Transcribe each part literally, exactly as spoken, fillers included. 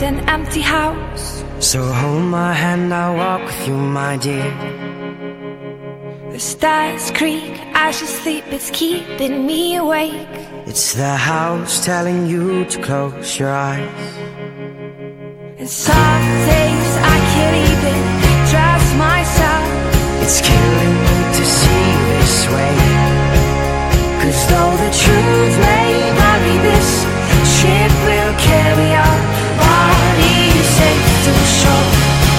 an empty house. So hold my hand, I'll walk with you, my dear. The stars creak as you sleep, it's keeping me awake. It's the house telling you to close your eyes. And some days I can't even trust myself. It's killing me to see you this way. Cause though the truth may vary, this ship will carry our bodies safe to shore.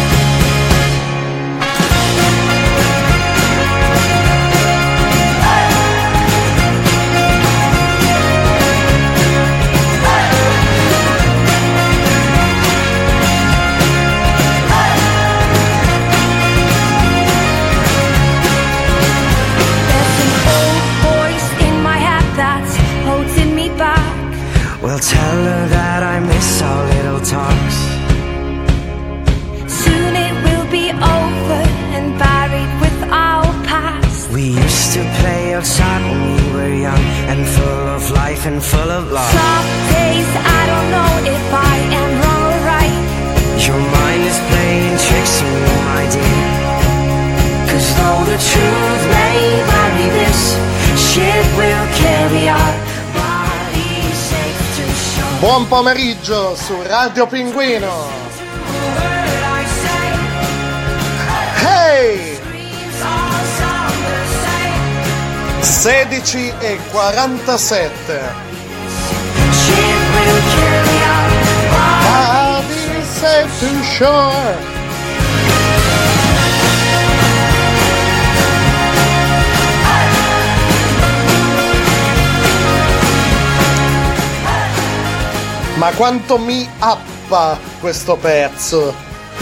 Well, tell her that I miss our little talks. Soon it will be over and buried with our past. We used to play outside when we were young and full of life and full of love. Some days I don't know if I am wrong or right. Your mind is playing tricks on you, my dear. Cause though the truth may vary, this ship will carry our. Buon pomeriggio su Radio Pinguino. Hey! sedici e quarantasette. I'll be safe to shore. Ma quanto mi appa questo pezzo!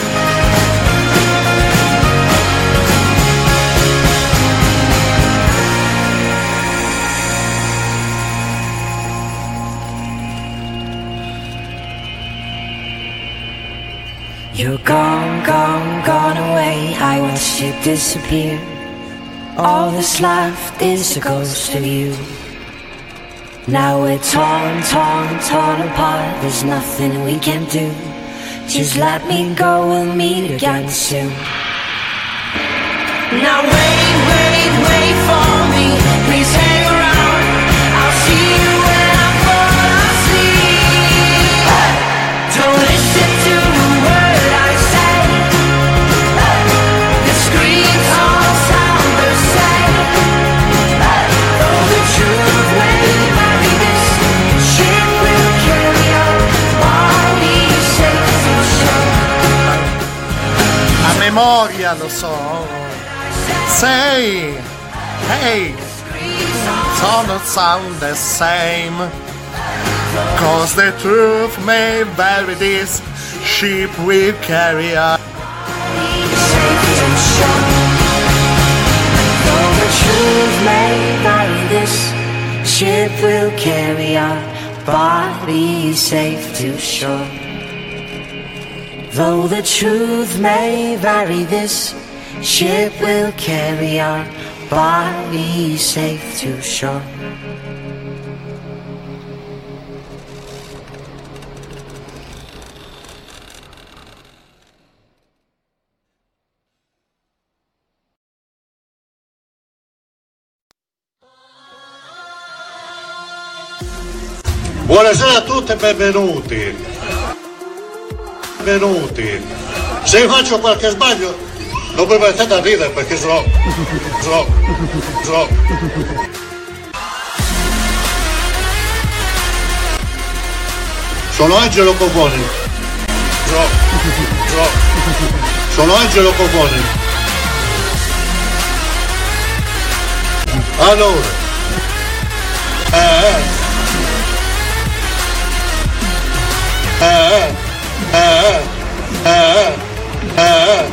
You're gone, gone, gone away. I watched you disappear. All that's left is a ghost of you. Now we're torn, torn, torn apart. There's nothing we can do. Just let me go, we'll meet again soon. Now wait, wait, wait for me. Please hang around. I'll see you when I fall asleep. Hey! Don't listen to a word I say. Hey! The screams all sound the same. Hey! Though the truth may vary, this ship will carry our bodies safe to shore. A memoria lo so. Say, hey, don't sound the same. Cause the truth may vary, this ship will carry us. Though the truth may vary, this ship will carry our bodies safe to shore. Though the truth may vary, this ship will carry our bodies safe to shore. Buonasera a tutti e benvenuti. Benvenuti. Se faccio qualche sbaglio non mi mettete a ridere perché sono sono sono sono Angelo Coponi. Sono sono sono Angelo Coponi. Allora eh eh eh eh eh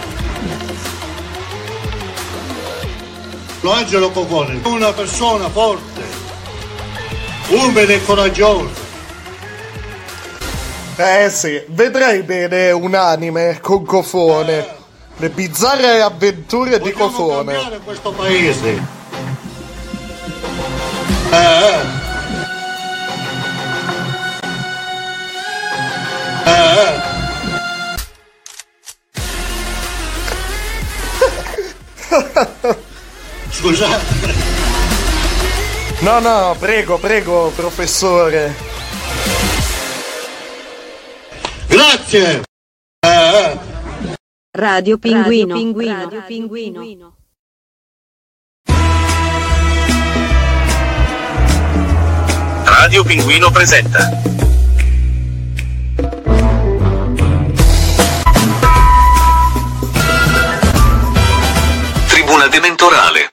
Angelo Coponi, una persona forte, umile e coraggiosa. Eh sì, vedrei bene un anime con Cofone. Eh, Le bizzarre avventure di Cofone. Vogliamo cambiare questo paese. Eh, eh, Scusate. No, no, prego, prego, professore. Grazie. Eh. Radio Pinguino. Radio Pinguino. Radio Pinguino. Radio Pinguino presenta Tribuna Dementorale.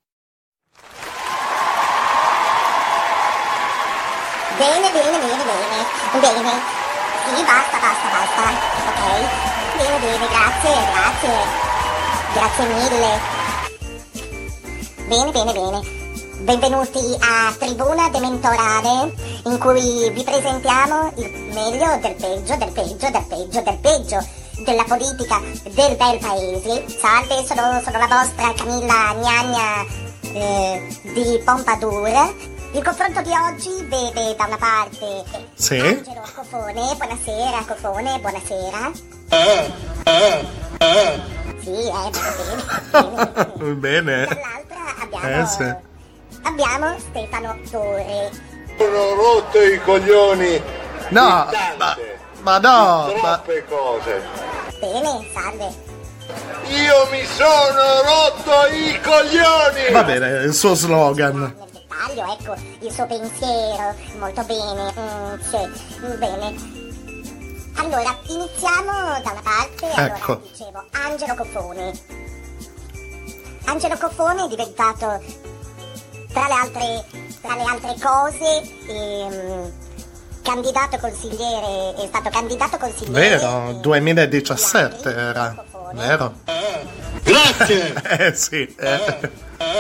Bene, bene, bene, bene, bene. Sì, basta, basta, basta. Ok? Bene, bene, grazie, grazie. Grazie mille. Bene, bene, bene. Benvenuti a Tribuna Dementorale, in cui vi presentiamo il meglio del peggio, del peggio, del peggio, del peggio della politica del bel paese. Salve, sono, sono la vostra Camilla Gnagna eh, di Pompadour. Il confronto di oggi vede da una parte sì. Angelo Cofone. Buonasera Cofone, buonasera. Eh, eh, eh. Sì, eh, bene, bene. Bene. Dall'altra abbiamo, Eh, sì. abbiamo Stefano Torre. Sono rotto i coglioni. No, di ma, tante, ma no, di ma... troppe cose. Bene, salve. Io mi sono rotto i coglioni. Va bene, il suo slogan. Nel dettaglio, ecco, il suo pensiero. Molto bene, mm, sì, mm, bene. Allora, iniziamo da una parte. Ecco. Allora, dicevo, Angelo Cofone. Angelo Cofone è diventato, tra le altre, tra le altre cose, ehm, candidato consigliere, è stato candidato consigliere. Vero, duemiladiciassette era, vero? Grazie. Eh sì, eh.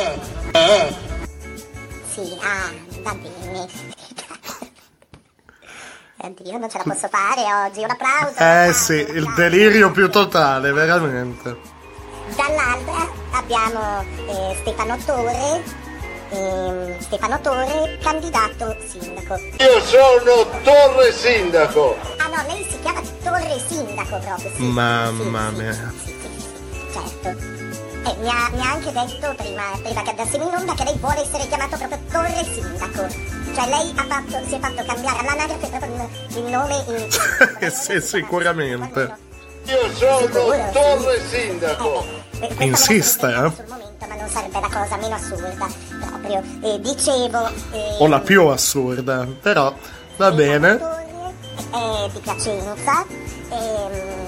Sì, ah, va bene. Oddio, non ce la posso fare oggi, un applauso. un Eh applauso, sì, un il applauso. delirio più totale, veramente. Dall'altra abbiamo eh, Stefano Torre, ehm, Stefano Torre, candidato sindaco. Io sono Torre Sindaco. Ah no, lei si chiama Torre Sindaco proprio, sì. Mamma sì, sì, mia. Sì, sì, sì, sì, certo. Eh, mi, ha, mi ha anche detto prima, prima che andassimo in onda che lei vuole essere chiamato proprio Torre Sindaco. Cioè lei ha fatto, si è fatto cambiare all'anagrafe proprio il, il nome in... Sì, sicuramente. Io sono Sicuro, Torre sì. Sindaco. Eh, questa Insiste, me la sono eh? sul momento, ma non sarebbe la cosa meno assurda, proprio. Eh, dicevo... Eh, O la più assurda, però va bene. È di Piacenza, ehm,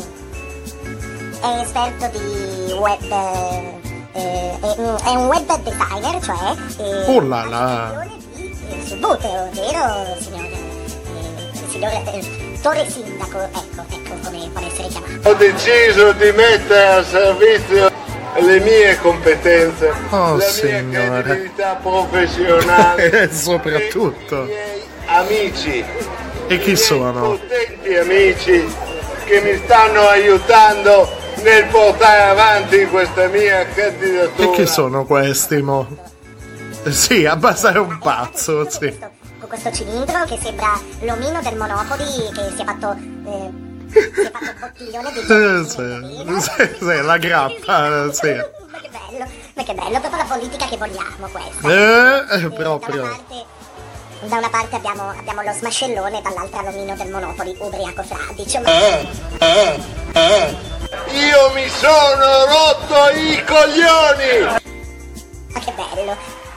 è esperto di web, eh, è, è un web designer, cioè eh, Oh là là. ha funzione di eh, subbuteo, vero signor, eh, signor eh, Torre Sindaco, ecco, ecco come può essere chiamato. Ho deciso di mettere a servizio le mie competenze, Oh, la signore. mia credibilità professionale E soprattutto. e i miei amici. E chi i miei sono? potenti amici che mi stanno aiutando nel portare avanti questa mia candidatura. E chi sono questi, mo? Sì, abbassare un pazzo, sì. Questo- Con questo cilindro che sembra l'omino del Monopoli che si è fatto... Eh, si è fatto un bottiglione di Eh, sì, sì, sì, la grappa, sì. Ma che bello, ma che bello, proprio la politica che vogliamo questa. Eh, Eh, eh, proprio. Da una parte, da una parte abbiamo, abbiamo lo smascellone, dall'altra l'omino del Monopoli, ubriaco fradicio. Ma... Eh, eh, eh. Io mi sono rotto i coglioni! ma che bello.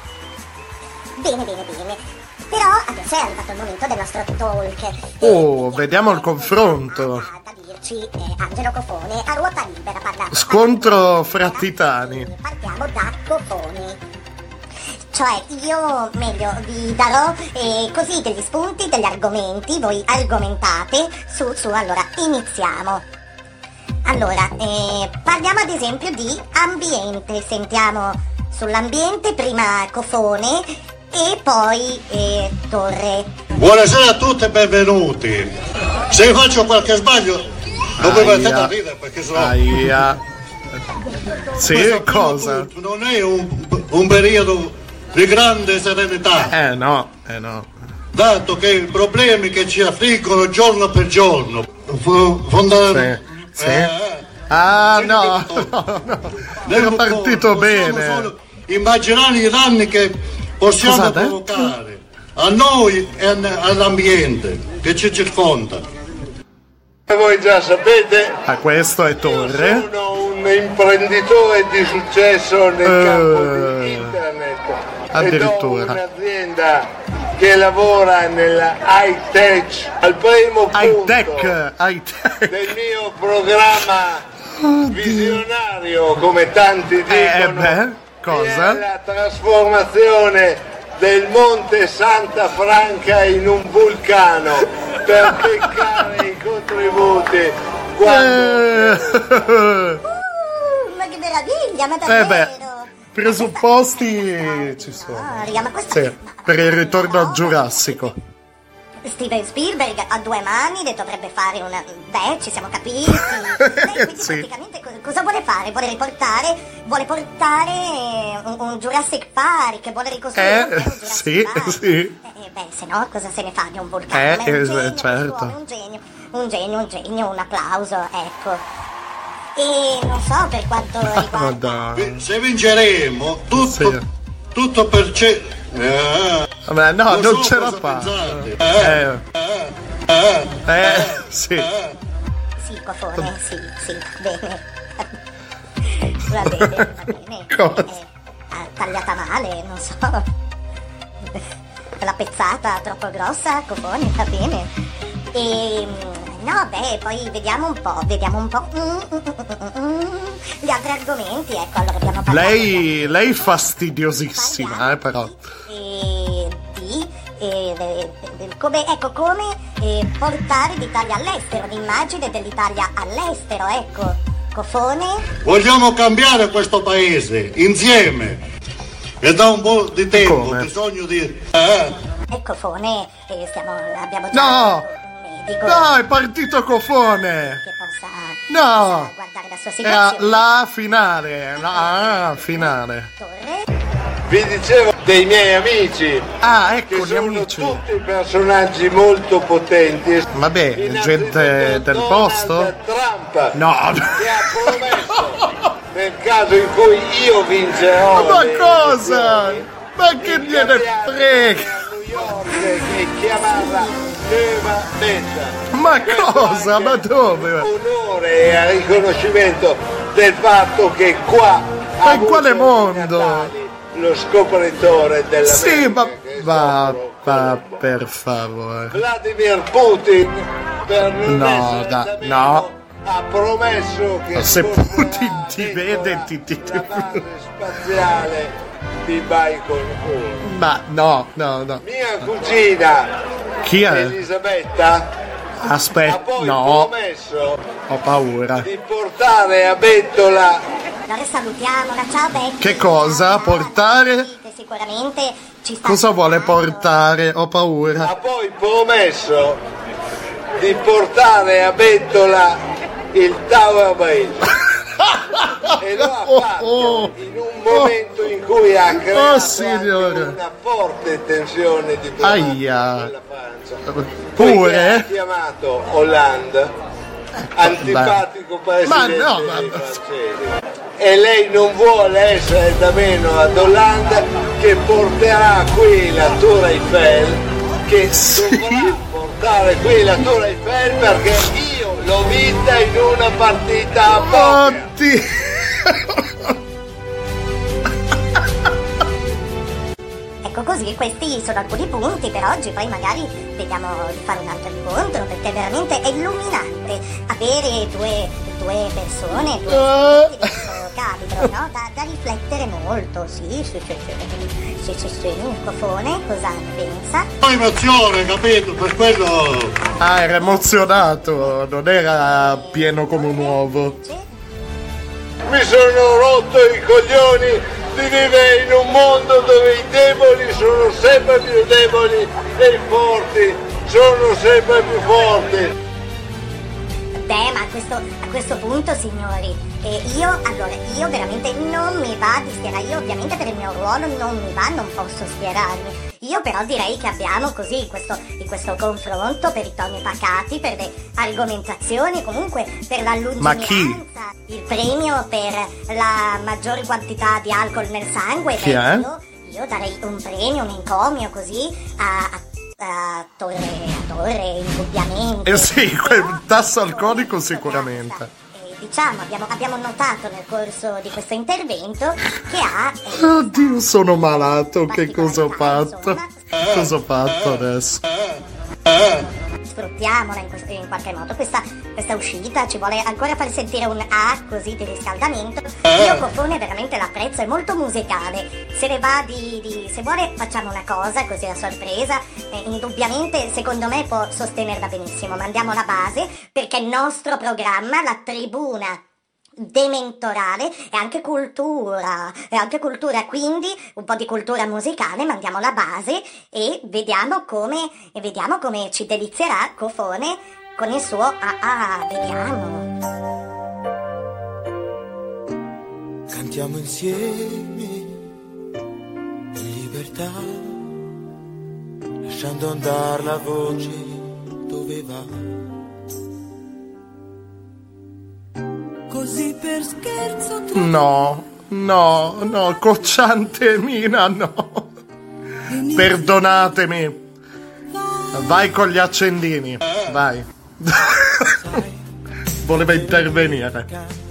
Bene, bene, bene. Però adesso è arrivato il momento del nostro talk. Oh, Eh, vediamo il confronto. Ha da dirci eh, Angelo Cofone a ruota libera. Parla, Scontro fra titani. Partiamo da Cofone. Cioè io, meglio, vi darò eh, così degli spunti, degli argomenti, voi argomentate, su, su, allora iniziamo. Allora, eh, parliamo ad esempio di ambiente, sentiamo sull'ambiente prima Cofone e poi eh, Torre. Buonasera a tutti e benvenuti. Se faccio qualche sbaglio, non mi mettete a ridere perché sono... Aia. Sì, Questo cosa? non è un, un periodo di grande serenità, Eh no, eh no. dato che i problemi che ci affliggono giorno per giorno, fo- fonda- Sì, sì. eh, Ah, no, no, no. Era partito bene. Solo immaginare i danni che possiamo Cosa ha detto? provocare a noi e all'ambiente che ci circonda. Voi già sapete, Ah, questo è Torre. sono un imprenditore di successo nel Eh, campo di internet. addirittura. Ed ho un'azienda che lavora nella high tech al primo High punto tech, high tech. del mio programma visionario, come tanti Eh, dicono, beh, cosa? che è la trasformazione del Monte Santa Franca in un vulcano per beccare i contributi quando Eh, Uh, ma che meraviglia, ma davvero? eh beh, presupposti ci sono. Ah, raga, ma questo... Sì, per il ritorno al Giurassico. Steven Spielberg ha due mani, dovrebbe fare una... Beh, ci siamo capiti. Lei quindi Sì. praticamente co- cosa vuole fare? Vuole riportare... Vuole portare un, un Jurassic Park, vuole ricostruire Eh, un vero Jurassic sì, Park. sì. Eh, beh, se no cosa se ne fa di un vulcano? Eh, Ma è un eh, genio, certo. quest'uomo, è un genio, un genio, un genio, un applauso, ecco. E non so per quanto Ma riguarda... dai. Se vinceremo, tutto, Sì. tutto per ce... Eh, Vabbè, no, lo non so ce la cosa fa. pensate. Eh, eh, eh, eh, sì. Sì, cofone, sì, sì, bene. Va bene, va bene. Cosa? Eh, ha tagliata male, non so. La pezzata troppo grossa, cofone, va bene. E no, beh, poi vediamo un po', vediamo un po'. Mm, mm, mm, mm, mm. Gli altri argomenti, ecco, allora abbiamo parlato Lei, lei fastidiosissima, eh, però. e di e, de- de- come, ecco, come eh, portare l'Italia all'estero, l'immagine dell'Italia all'estero, ecco, cofone. Vogliamo cambiare questo paese insieme. E da un po' di tempo ho Come? bisogno di... Eh, Ecco, Fone, eh, stiamo, abbiamo già No! un medico No, è partito Cofone! che possa, No! possa guardare la sua Era situazione. la finale, la ah, finale. Torre. vi dicevo dei miei amici Ah, che ecco gli sono amici. tutti personaggi molto potenti. Vabbè, Innanzitutto gente del Donald posto? Trump, No. che ha promesso nel caso in cui io vincerò Ma le cosa? elezioni, Ma che di gliene cambiare frega? a New York e chiamarla Nuova Messa. Ma Questo cosa? anche Ma dove? onore e a riconoscimento del fatto che qua Ma ha in quale avuto mondo? i Natali lo scopritore della Sì, ma che è va, stato va Colombo. per favore. Vladimir Putin per non No, essere da- da meno, no. ha promesso che Se porterà Putin ti dentro vede, la- ti- ti- ti- la base spaziale di Baikonur. Ma no, no, no. Mia cugina Chi è? Elisabetta ha Aspetta, poi no, promesso ho paura. di portare a Bettola Allora salutiamola, ciao Betty. Che cosa? Portare? Sicuramente ci sta Cosa vuole ascoltando. portare? Ho paura. ha poi promesso di portare a Bettola il Tower Bridge e lo ha fatto Oh, oh. in un momento in cui ha creato Oh, anche signore. una forte tensione diplomatica Aia. con la Francia. Poiché Pure? ha chiamato Hollande antipatico presidente Ma no, dei ma- francesi, e lei non vuole essere da meno ad Hollande, che porterà qui la Tour Eiffel, che Sì. dovrà portare qui la Tour Eiffel perché io l'ho vinta in una partita a poker. Oddio. Ecco, così questi sono alcuni punti per oggi, poi magari vediamo di fare un altro incontro, perché veramente è illuminante avere due, due persone, due Eh. esperti di questo calibro, no? Da, da riflettere molto, sì, sì, sì, sì, sì, sì, sì, un cofone, cosa ne pensa? ho emozione, capito? Per quello... Ah, era emozionato, non era pieno come un uovo. Sì. Mi sono rotto i coglioni di vivere in un mondo dove i deboli sono sempre più deboli e i forti sono sempre più forti. Beh, ma questo, a questo punto, signori, eh, io, allora, io veramente non mi va di schierare, io ovviamente per il mio ruolo non mi va, non posso schierarmi. Io però direi che abbiamo così, in questo, in questo confronto, per i toni pacati, per le argomentazioni, comunque per la lungimiranza, il premio per la maggior quantità di alcol nel sangue, Chi beh, è? io, io darei un premio, un encomio così a, a a Torre, a Torre, indubbiamente. Eh sì, Però, quel tasso alcolico questo sicuramente. tassa, eh, diciamo, abbiamo, abbiamo notato nel corso di questo intervento che ha... eh, Oddio, sono malato, che cosa ho particolarità, fatto? insomma. Cosa ho fatto adesso? Sfruttiamola in, questo- in qualche modo questa, questa uscita, ci vuole ancora far sentire un A così di riscaldamento. Io Cofone veramente l'apprezzo, è molto musicale, se ne va di, di- se vuole facciamo una cosa così a sorpresa, eh, indubbiamente secondo me può sostenerla benissimo, mandiamo la base perché il nostro programma, la tribuna dementorale, è anche cultura, è anche cultura, quindi un po' di cultura musicale, mandiamo la base e vediamo come, e vediamo come ci delizierà Cofone con il suo ah ah, vediamo. Cantiamo insieme in libertà, lasciando andare la voce dove va. Così per scherzo tra No, no, no, cocciante Mina, no. Perdonatemi. Vai con gli accendini, vai. Voleva intervenire.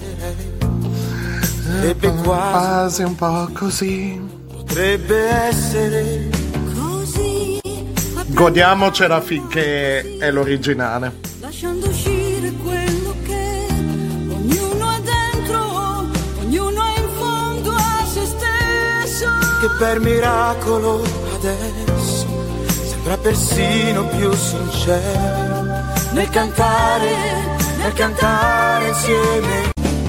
Ebbe quasi, Quasi un po' così. potrebbe essere così, Godiamocela finché è l'originale. lasciando uscire quello che ognuno ha dentro, ognuno è in fondo a se stesso, che per miracolo adesso sembra persino più sincero nel cantare, nel cantare insieme.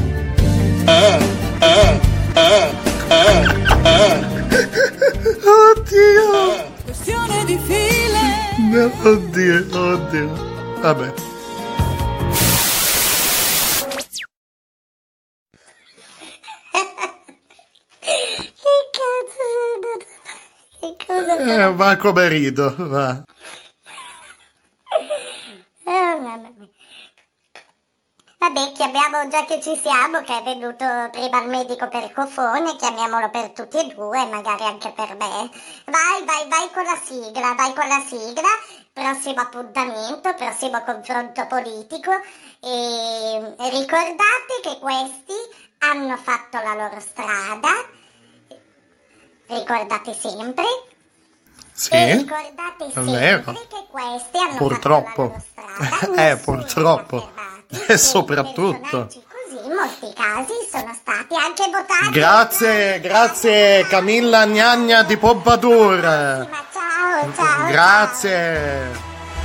Oddio. Questione di file. No, oddio, oddio. Vabbè. Che cazzo, che cosa? Eh, va come rido, va. Oh, mamma mia. Vabbè, chiamiamo, già che ci siamo, che è venuto prima il medico per Cofone, chiamiamolo per tutti e due, magari anche per me. Vai, vai, vai con la sigla, vai con la sigla. Prossimo appuntamento, prossimo confronto politico. E ricordate che questi hanno fatto la loro strada. Ricordate sempre. Sì, E ricordate è sempre vero. che questi hanno Purtroppo. fatto la loro strada. Eh, Nessuno purtroppo. li ha fermati. E soprattutto. Personaggi così, in molti casi, sono stati anche votati. Grazie, grazie Camilla Gnagna di Pompadour. Ma ciao, ciao. Grazie.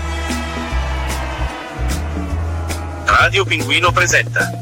Radio Pinguino presenta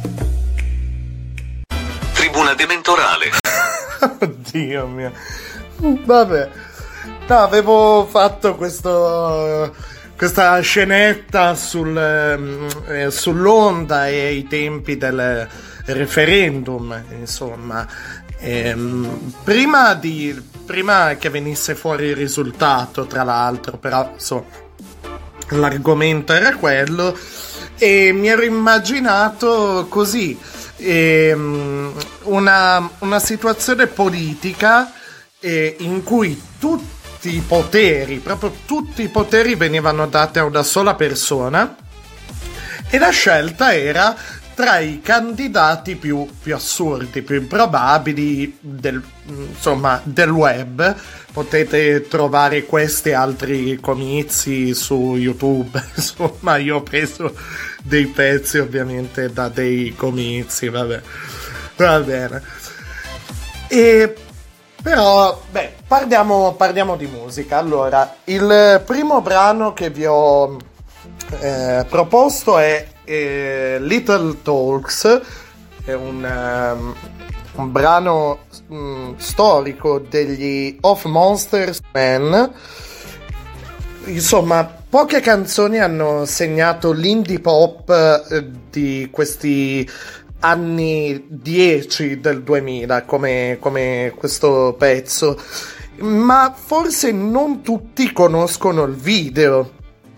Tribuna Dementorale. Oddio mio. Vabbè. No, avevo fatto questo, questa scenetta sul, eh, sull'onda e i tempi del referendum, insomma. Ehm, prima, di, prima che venisse fuori il risultato, tra l'altro, però insomma, l'argomento era quello e mi ero immaginato così ehm, una, una situazione politica eh, in cui tutti i poteri, proprio tutti i poteri venivano dati a una sola persona e la scelta era tra i candidati più, più assurdi, più improbabili del, insomma, del web. Potete trovare questi altri comizi su YouTube. Insomma, io ho preso dei pezzi ovviamente da dei comizi, vabbè. Va bene. E però, beh, parliamo, parliamo di musica. Allora, il primo brano che vi ho eh, proposto è eh, Little Talks, è un, um, un brano um, storico degli Of Monsters Men. Insomma, poche canzoni hanno segnato l'indie pop eh, di questi anni dieci del duemila, come, come questo pezzo, ma forse non tutti conoscono il video.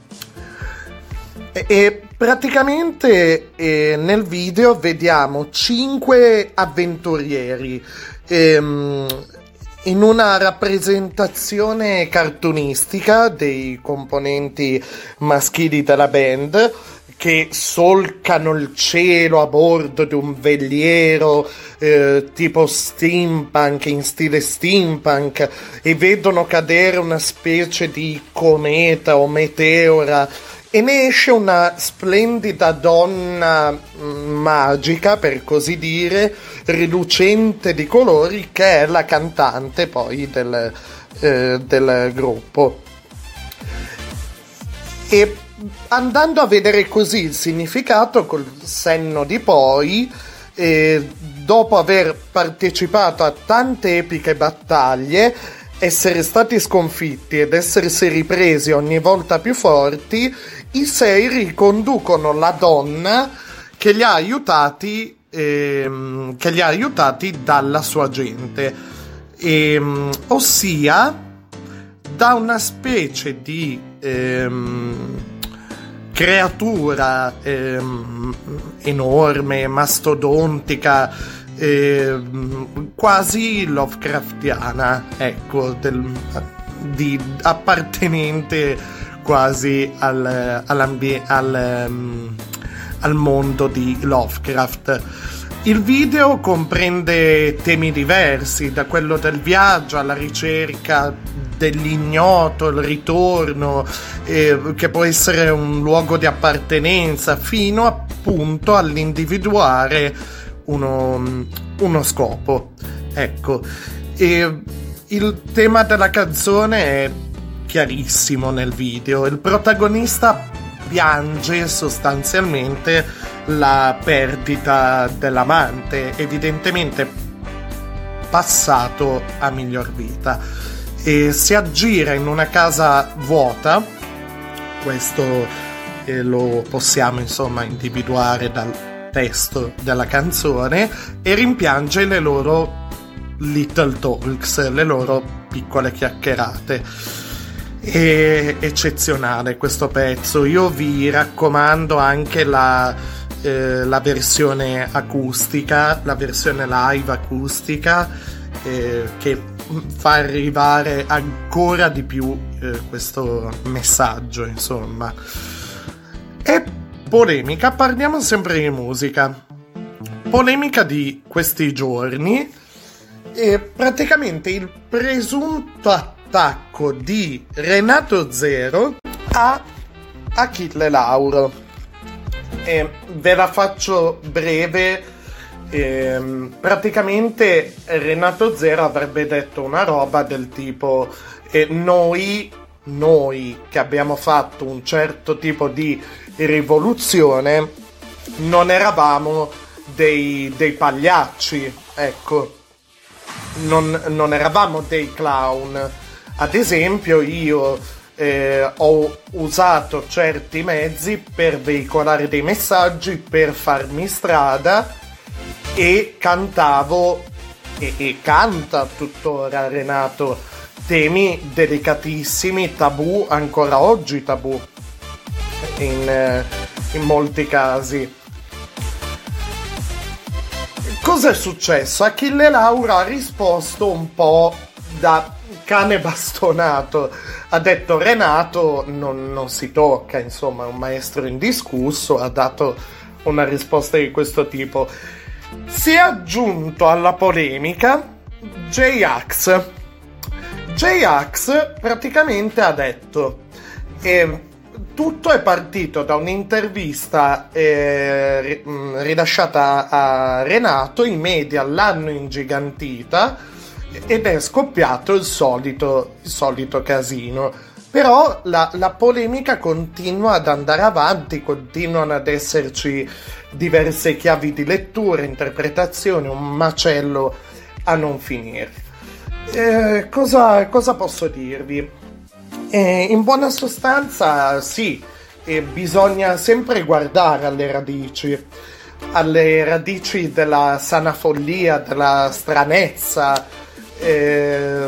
E, e praticamente eh, nel video vediamo cinque avventurieri ehm, in una rappresentazione cartunistica dei componenti maschili della band, che solcano il cielo a bordo di un veliero eh, tipo steampunk, in stile steampunk, e vedono cadere una specie di cometa o meteora, e ne esce una splendida donna magica, per così dire, rilucente di colori, che è la cantante poi del, eh, del gruppo. E andando a vedere così il significato col senno di poi, eh, dopo aver partecipato a tante epiche battaglie, essere stati sconfitti ed essersi ripresi ogni volta più forti, i sei riconducono la donna che li ha aiutati, ehm, che li ha aiutati dalla sua gente, ehm, ossia da una specie di ehm, creatura ehm, enorme, mastodontica, Eh, quasi Lovecraftiana, ecco, del, di, appartenente quasi al, al, um, al mondo di Lovecraft. Il video comprende temi diversi, da quello del viaggio alla ricerca dell'ignoto, il ritorno, eh, che può essere un luogo di appartenenza, fino appunto all'individuare Uno, uno scopo, ecco. E il tema della canzone è chiarissimo nel video. Il protagonista piange sostanzialmente la perdita dell'amante, evidentemente passato a miglior vita, e si aggira in una casa vuota. Questo eh, lo possiamo insomma individuare dal testo della canzone, e rimpiange le loro little talks, le loro piccole chiacchierate. È eccezionale questo pezzo. Io vi raccomando anche la, eh, la versione acustica, la versione live acustica, eh, che fa arrivare ancora di più eh, questo messaggio, insomma. E polemica, parliamo sempre di musica. Polemica di questi giorni è praticamente il presunto attacco di Renato Zero a Achille Lauro. E ve la faccio breve. E, praticamente Renato Zero avrebbe detto una roba del tipo eh, noi noi che abbiamo fatto un certo tipo di rivoluzione non eravamo dei, dei pagliacci, ecco, non, non eravamo dei clown. Ad esempio io eh, ho usato certi mezzi per veicolare dei messaggi, per farmi strada, e cantavo e, e canta tuttora Renato temi delicatissimi, tabù, ancora oggi tabù in, in molti casi. Cos'è successo? Achille Lauro ha risposto un po' da cane bastonato, ha detto Renato non, non si tocca, insomma, è un maestro indiscusso, ha dato una risposta di questo tipo. Si è aggiunto alla polemica J-Ax. J-Ax praticamente ha detto eh, tutto è partito da un'intervista eh, rilasciata a Renato, i media l'hanno ingigantita ed è scoppiato il solito, il solito casino. Però la, la polemica continua ad andare avanti, continuano ad esserci diverse chiavi di lettura, interpretazioni, un macello a non finire. Eh, cosa, cosa posso dirvi? E in buona sostanza, sì, e bisogna sempre guardare alle radici, alle radici della sana follia, della stranezza eh,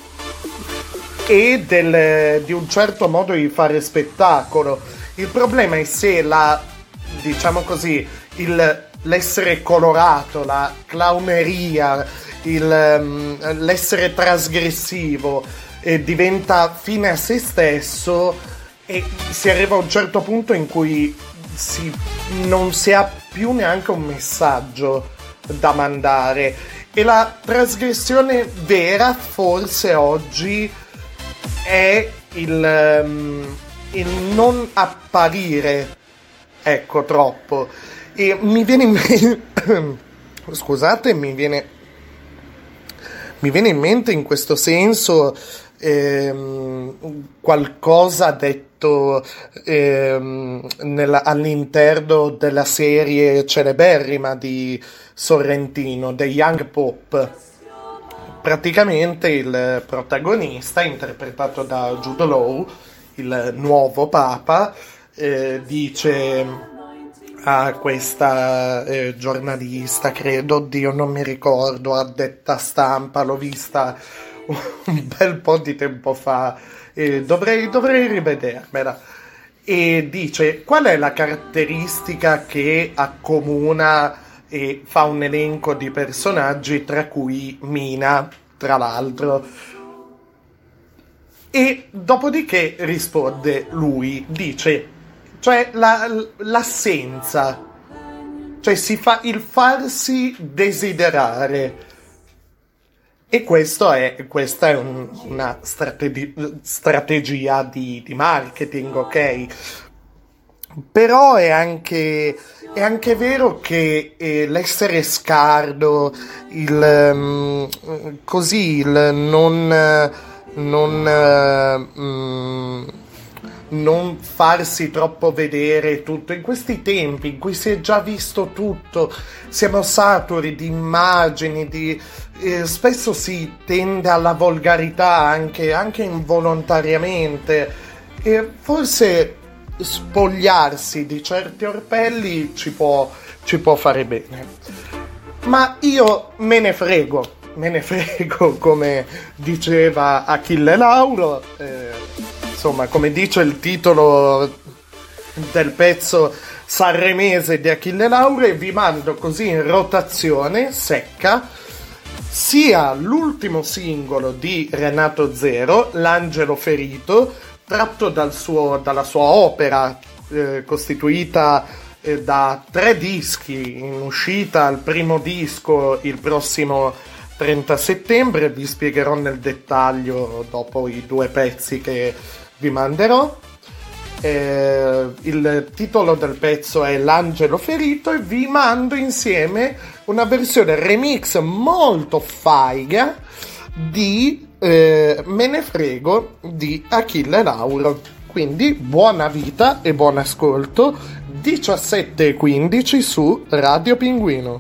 e del, di un certo modo di fare spettacolo. Il problema è se la, diciamo così, il, l'essere colorato, la clowneria, il, l'essere trasgressivo eh, diventa fine a se stesso, e si arriva a un certo punto in cui si, non si ha più neanche un messaggio da mandare. E la trasgressione vera forse oggi è il, um, il non apparire, ecco, troppo. E mi viene in mente scusate, mi viene mi viene in mente in questo senso ehm, qualcosa detto ehm, nella, all'interno della serie celeberrima di Sorrentino, The Young Pope. Praticamente il protagonista, interpretato da Jude Law, il nuovo papa, eh, dice a questa eh, giornalista, credo, oddio non mi ricordo, addetta stampa, l'ho vista un bel po' di tempo fa, eh, dovrei, dovrei rivedermela, e dice: qual è la caratteristica che accomuna e fa un elenco di personaggi, tra cui Mina, tra l'altro. E dopodiché risponde lui, dice, cioè la, l'assenza, cioè si fa il farsi desiderare. E questo è, questa è un, una strategi, strategia di, di marketing, ok? Però è anche, è anche vero che eh, l'essere scarno, il um, così, il non, non, uh, um, non farsi troppo vedere tutto, in questi tempi in cui si è già visto tutto, siamo saturi di immagini, di, eh, spesso si tende alla volgarità anche, anche involontariamente, e forse spogliarsi di certi orpelli ci può, ci può fare bene. Ma io me ne frego, me ne frego, come diceva Achille Lauro, eh, insomma, come dice il titolo del pezzo sanremese di Achille Lauro, e vi mando così in rotazione secca sia l'ultimo singolo di Renato Zero, L'angelo ferito, tratto dal suo, dalla sua opera eh, costituita eh, da tre dischi, in uscita il primo disco il prossimo trenta settembre, vi spiegherò nel dettaglio dopo i due pezzi che vi manderò. Eh, il titolo del pezzo è L'angelo ferito, e vi mando insieme una versione remix molto faiga di Eh, Me ne frego di Achille Lauro. Quindi buona vita e buon ascolto. Diciassette e quindici su Radio Pinguino.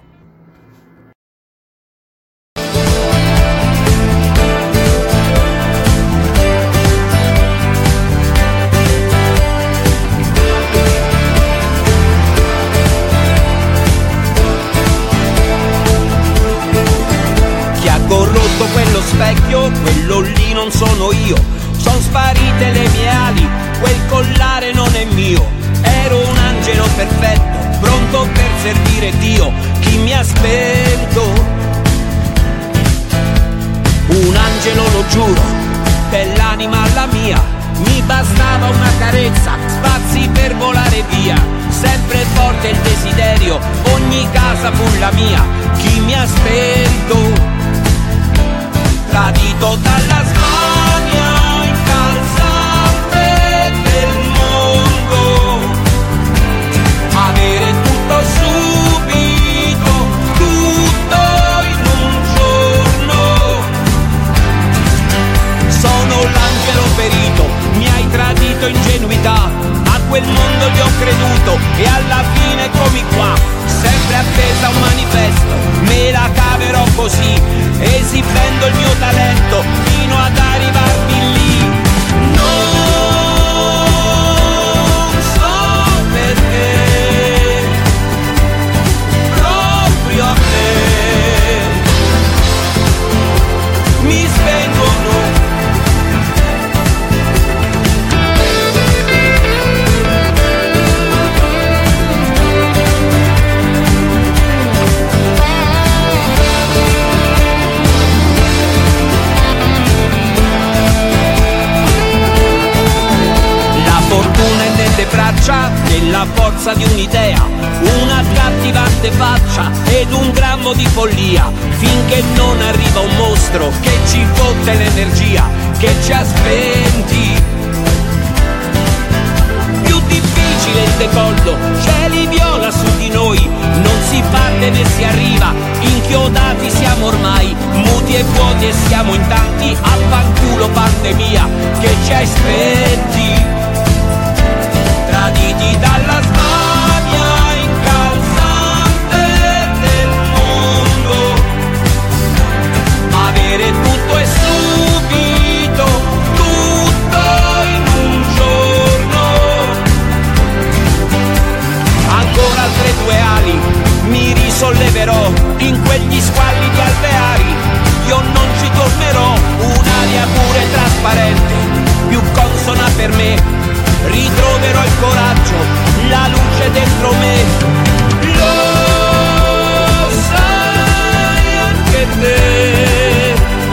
Quello specchio, quello lì non sono io. Son sparite le mie ali, quel collare non è mio. Ero un angelo perfetto, pronto per servire Dio. Chi mi ha spento? Un angelo, lo giuro, dell'anima alla mia. Mi bastava una carezza, spazi per volare via. Sempre forte il desiderio, ogni casa fu la mia. Chi mi ha spento? Tradito dalla smania incalzante del mondo, avere tutto subito, tutto in un giorno. Sono l'angelo ferito, mi hai tradito ingenuità, a quel mondo gli ho creduto e alla fine eccomi qua, sempre appesa a un manifesto, me la caverò così, esibendo il mio talento fino ad arrivarmi lì. la forza di un'idea, una accattivante faccia ed un grammo di follia, finché non arriva un mostro che ci fotte l'energia, che ci ha spenti. Più difficile il decollo, cieli viola su di noi, non si parte né si arriva, inchiodati siamo ormai, muti e vuoti e siamo in tanti, affanculo pandemia che ci hai spenti. Traditi dalla smania incalzante del mondo, avere tutto e subito, tutto in un giorno. Ancora altre due ali, mi risolleverò in quegli squalli di alveari. Io non ci tornerò, un'aria pure trasparente, più consona per me. Ritroverò il coraggio, la luce dentro me. Lo sai anche te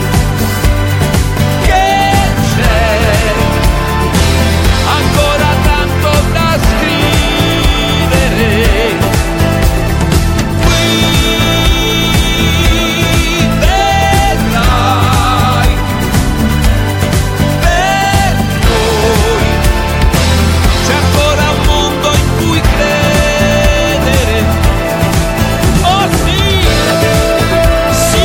che c'è ancora tanto da scrivere. Qui vedrai per noi c'è ancora un mondo in cui credere. Oh sì, sì,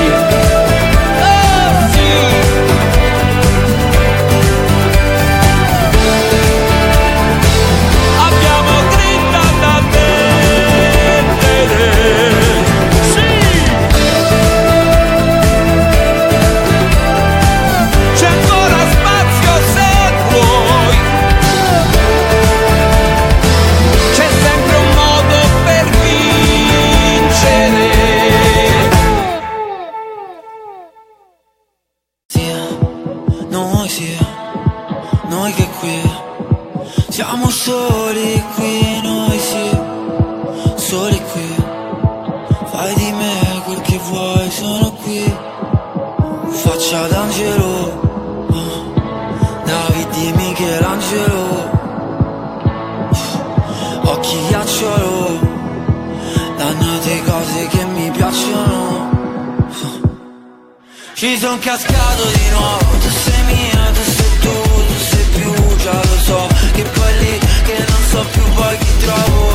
oh sì. Abbiamo grinta da vendere. Sì, c'è ancora spazio se vuoi. C'è sempre un modo per vincere. Sì, noi sì, noi che qui siamo soli qui, noi sì, soli qui. Fai di me quel che vuoi, sono qui. Faccia d'angelo, oh, David di Michelangelo. Occhi ghiacciolo, dannate cose che mi piacciono. Ci son cascato di nuovo, tu sei mia, tu sei tu, tu sei più, già lo so, che poi lì che non so più poi chi trovo.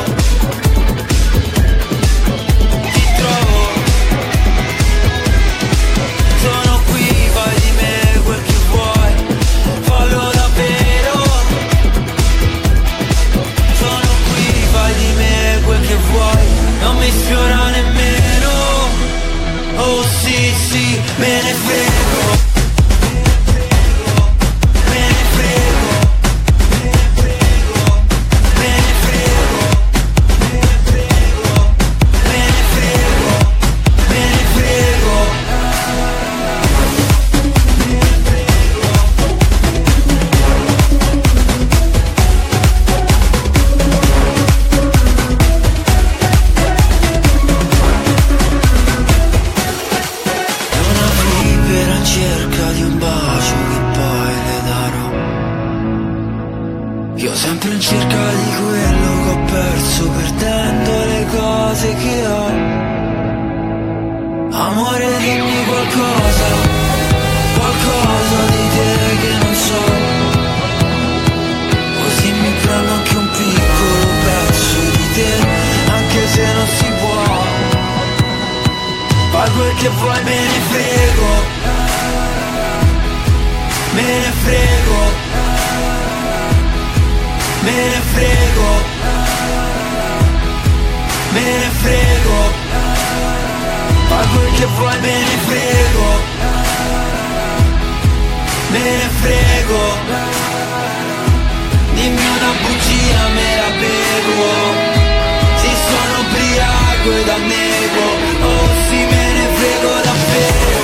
Ti trovo. Sono qui, fai di me quel che vuoi, fallo davvero. Sono qui, fai di me quel che vuoi, non mi sfiora nemmeno. Oh sì sì, me ne frego. Me ne frego. Me ne frego. Me ne frego. Me ne frego. Me ne frego. Me ne frego. Una vipera in cerca di un bacio che poi le darò. Io sempre in cerca di quello che ho perso, perdendo le cose che ho. Amore, dimmi qualcosa, qualcosa di te che non so. Così mi prendo anche un piccolo pezzo di te, anche se non si può. Fai quel che vuoi, me ne frego. Me ne frego. Me ne frego. Me ne frego. Fai quel che vuoi, me ne frego. Me ne frego. Dimmi una bugia, me la bevo. Se sono ubriaco ed annego. Oh sì, me ne frego davvero.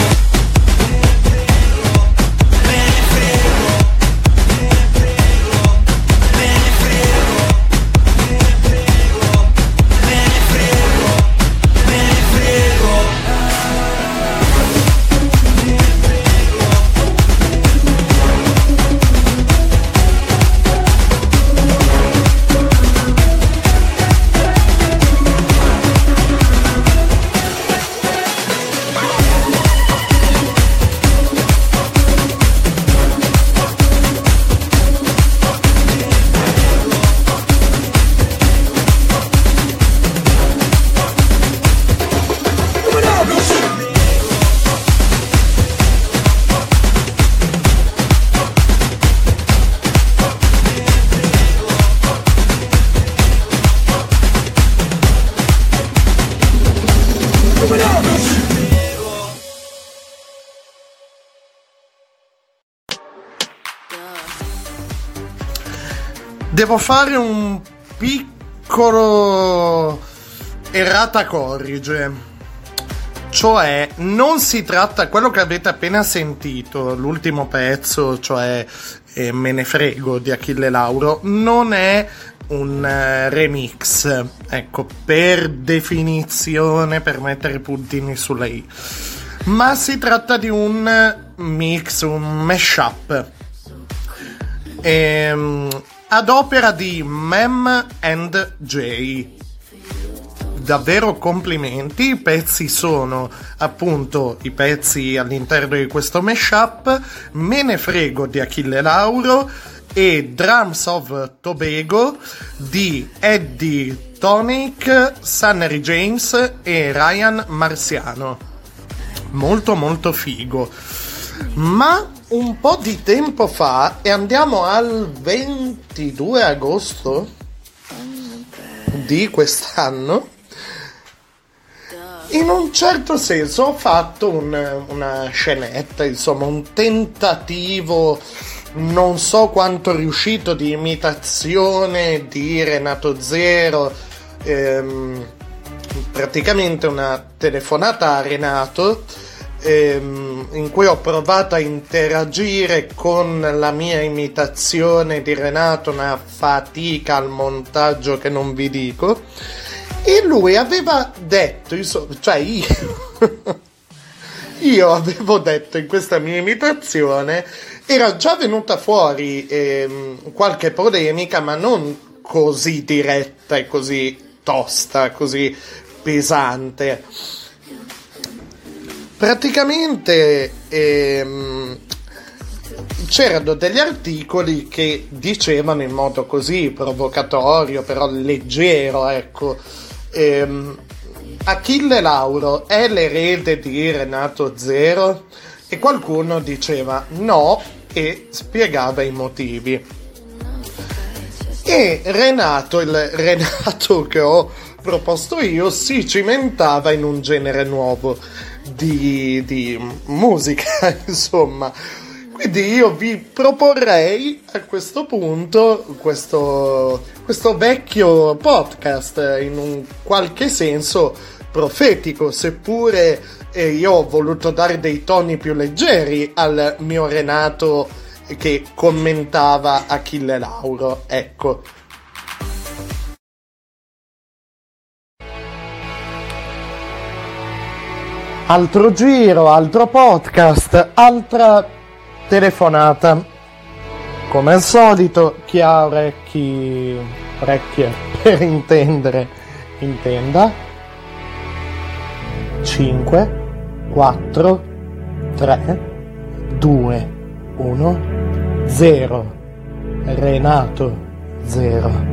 Me ne frego. Me ne frego. Me ne frego. Me ne frego. Me ne frego. Me ne frego. Devo fare un piccolo errata corrige. Cioè, non si tratta, quello che avete appena sentito, l'ultimo pezzo, cioè eh, Me ne frego di Achille Lauro, non è un uh, remix, ecco, per definizione, per mettere puntini sulle i, ma si tratta di un mix, un mashup, ehm, ad opera di Mem and Jay. Davvero complimenti, i pezzi sono appunto i pezzi all'interno di questo mashup, Me ne frego di Achille Lauro e Drums of Tobago di Eddie Tonic, Sunnery James e Ryan Marciano. Molto molto figo. Ma un po' di tempo fa, e andiamo al ventidue agosto di quest'anno, in un certo senso ho fatto un, una scenetta, insomma un tentativo, non so quanto riuscito, di imitazione di Renato Zero, ehm, praticamente una telefonata a Renato, ehm, in cui ho provato a interagire con la mia imitazione di Renato, una fatica al montaggio che non vi dico. E lui aveva detto, insomma, cioè io, io avevo detto in questa mia imitazione, era già venuta fuori ehm, qualche polemica, ma non così diretta e così tosta, così pesante. Praticamente ehm, c'erano degli articoli che dicevano in modo così provocatorio, però leggero, ecco, ehm, Achille Lauro è l'erede di Renato Zero? E qualcuno diceva no e spiegava i motivi. E Renato, il Renato che ho proposto io, si cimentava in un genere nuovo di, di musica, insomma. Quindi io vi proporrei a questo punto questo, questo vecchio podcast, in un qualche senso profetico, seppure eh, io ho voluto dare dei toni più leggeri al mio Renato che commentava Achille Lauro, ecco. Altro giro, altro podcast, altra telefonata. Come al solito, chi ha orecchi, orecchie per intendere, intenda. cinque, quattro, tre, due, uno, zero. Renato Zero.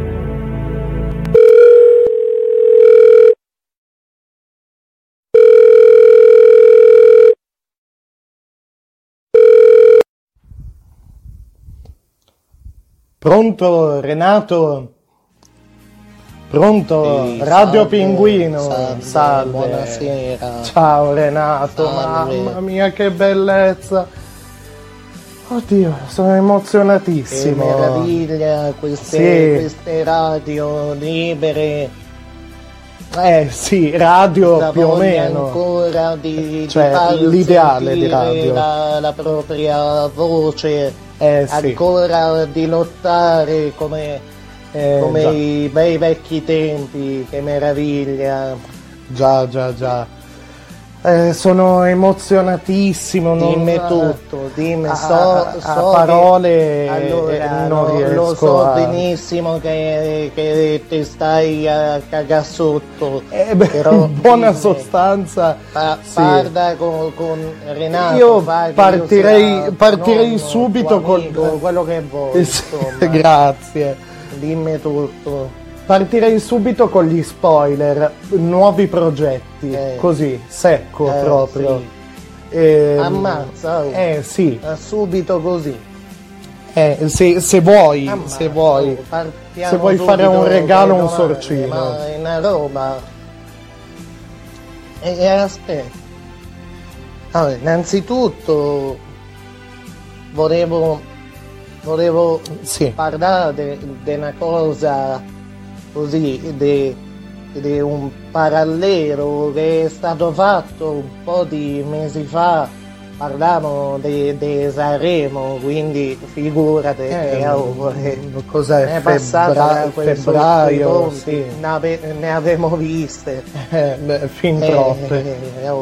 Pronto Renato? Pronto? Sì, Radio salve, Pinguino, salve, salve. buonasera. Ciao Renato, Salve. mamma mia che bellezza. Oddio, sono emozionatissimo. Che meraviglia, queste, Sì. queste radio libere. Eh sì, radio La più o voglia meno. ancora di, Cioè, di far l'ideale di sentire radio. La, la propria voce, Eh sì. ancora di lottare come, Eh, come già. i bei vecchi tempi, che meraviglia. Già, già, già. Eh, sono emozionatissimo. non- Dimmi tutto, dimmi, a- so, a- a so parole che, allora, non lo, riesco lo so a- benissimo che, che ti stai a cagare sotto, Eh, beh, però in buona dimmi, sostanza. pa- sì. parla con, con Renato, Io fa che partirei- io sia partirei nonno, subito tuo col- amico, quello che vuoi, Eh, sì, insomma. grazie. Dimmi tutto. Partirei subito con gli spoiler, nuovi progetti, Eh. così, secco Eh, proprio. sì. Ehm, Ammazza, oh. Eh sì, Eh, subito così. eh, se, se vuoi, Ammazza, se vuoi, oh, partiamo se vuoi fare subito un regalo, con un le domande, sorcino. Ma è una roba. E, e aspetta. Allora, innanzitutto volevo volevo Sì. parlare di una cosa così, di un parallelo che è stato fatto un po' di mesi fa. Parliamo di Sanremo, quindi figurate Eh, che oh, eh, cos'è? è passata Febbra- da quei febbraio, ponti, sì. ne, ave- ne avevamo viste. Eh, beh, fin Eh, troppe. eh, oh.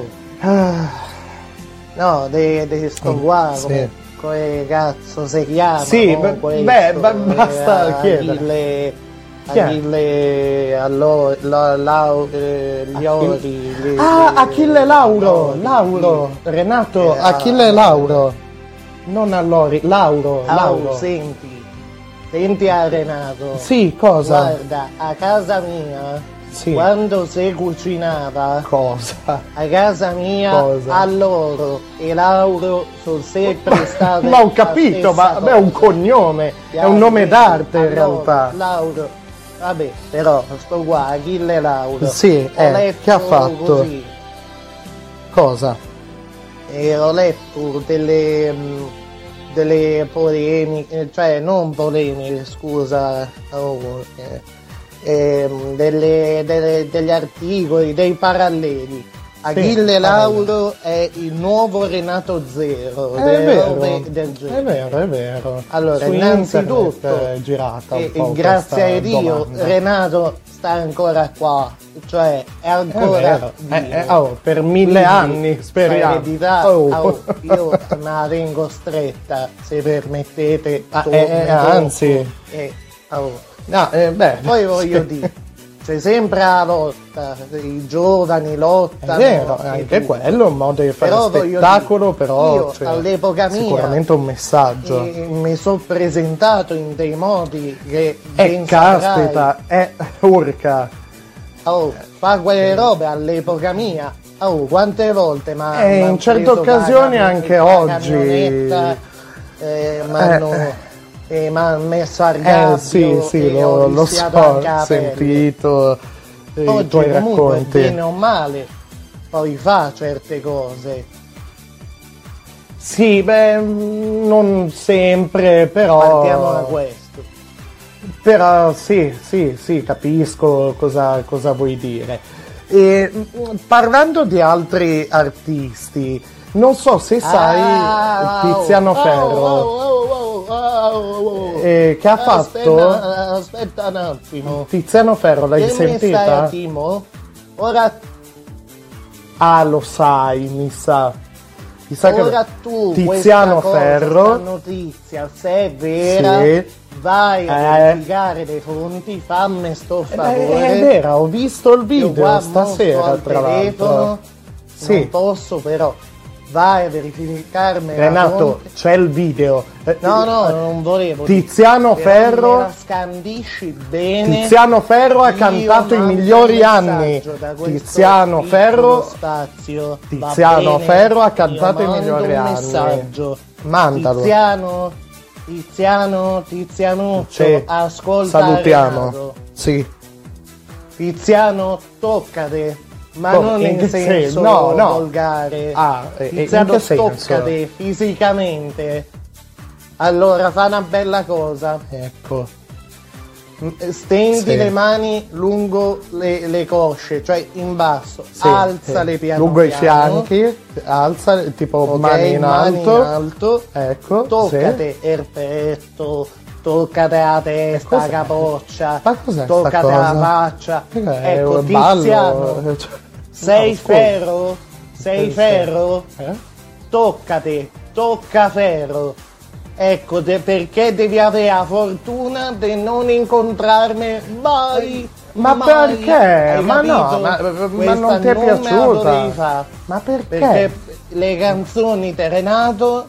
No, di sto qua, sì. come, come cazzo si chiama? Sì, no? beh, Questo, beh, ba- basta eh, chiedere. Achille, Chi è? Achille, allo, la, la, eh, gli Achille- ori. le- Ah, le- Achille Lauro, le- Lauro, Renato, Eh, Achille Lauro, non Allori, Lauro, Ah, Lauro. senti, senti a Renato. Sì, cosa? Guarda, a casa mia, Sì. quando si cucinava, Cosa? a casa mia, Cosa? a loro e Lauro sono sempre state Ma ho la capito, stessa ma beh, è un cosa. cognome, è un Chiaro? nome d'arte in Allora, realtà. Lauro, vabbè, però sto qua, Achille Lauro. Sì, ho eh, letto che ha fatto? Così, Cosa? e ho letto delle, mh, delle polemiche, cioè non polemiche, scusa, oh, eh, ehm, delle- delle- degli articoli, dei paralleli. Achille Lauro è il nuovo Renato Zero, È delle vero, robe del è genere. vero, è vero. Allora, Su innanzitutto, internet è girata un e- po' grazie a questa Dio, domanda. Renato sta ancora qua, cioè è È ancora vero, vivo. eh, eh, oh, per mille Quindi, anni, speriamo. l'eredità, Oh. oh, io me la tengo stretta, se permettete. Ah, to- eh, eh, dopo. anzi. Eh, oh. No, eh, beh, Poi voglio sì. dire, c'è sempre la lotta, i giovani È lottano. vero, e anche tutto. quello è un modo di fare Però voglio spettacolo, dire, però io cioè, all'epoca mia sicuramente un messaggio. e- mi sono presentato in dei modi che Eh, ben saprai. caspita, è urca. Oh, fa quelle robe all'epoca mia. Oh, quante volte ma Eh, in certe occasioni anche oggi. Eh, m'hanno Eh. eh, m'hanno messo al gabbio. Eh sì, sì, e ho lo, lo rischiato so, anche la ho pelle. sentito eh, i Oggi tuoi comunque racconti. bene o male poi fa certe cose. Sì, beh, mm, non sempre, però... Partiamo da questo. Però sì, sì, sì, capisco cosa, cosa vuoi dire. E, mm, parlando di altri artisti, non so se sai Ah, Tiziano oh, Ferro, oh, oh, oh, oh, oh, oh. eh, che ha fatto... Aspetta, aspetta un attimo. Tiziano Ferro, l'hai Che mi stai sentita? attimo? Ora, Ah, lo sai, mi sa. Mi sa ora che tu Tiziano questa cosa, Ferro... questa notizia, se è vera, Sì. vai a Eh. verificare dei fonti, fammi sto Eh, favore. è vero, ho visto il Io qua video stasera, mo sto al tra telefono, l'altro. Sì. non posso però. Vai a verificarmi la Renato, fonte. c'è il video. Eh, No, no, non volevo. Tiziano Però Ferro... me la scandisci bene. Tiziano Ferro ha Io cantato i mando migliori un anni. messaggio da questo Tiziano piccolo Ferro, spazio. Va Tiziano bene? Ferro ha Io cantato i mando migliori un anni. messaggio. Mandalo. Tiziano, Tiziano, Tizianuccio, Sì. ascolta Salutiamo. Renato. Sì. Tiziano, toccate. Ma Come? non In in che senso senso? No, no. volgare. Ah, eh, Tiziano, in che senso? toccate fisicamente. Allora, fa una bella cosa. Ecco. Stendi Sì. le mani lungo le, le cosce, cioè in basso, Sì, alzale sì. piano lungo i piano. fianchi, alza tipo Ok, mani in mani alto. in alto. Ecco, Toccate il petto, toccate la testa, cos'è? la capoccia, Ma cos'è sta toccate la cosa? faccia. sì. Ecco, È un ballo. Tiziano, Cioè, sei no, scusa. ferro? Sei Sì, sì. ferro? Eh? Toccate, tocca ferro. Ecco, de- perché devi avere la fortuna di non incontrarmi mai. Ma mai. perché? Hai Ma no, capito? ma- ma Questa non ti è non me la piaciuta? dovevi fare. Ma perché? Perché le canzoni di Renato,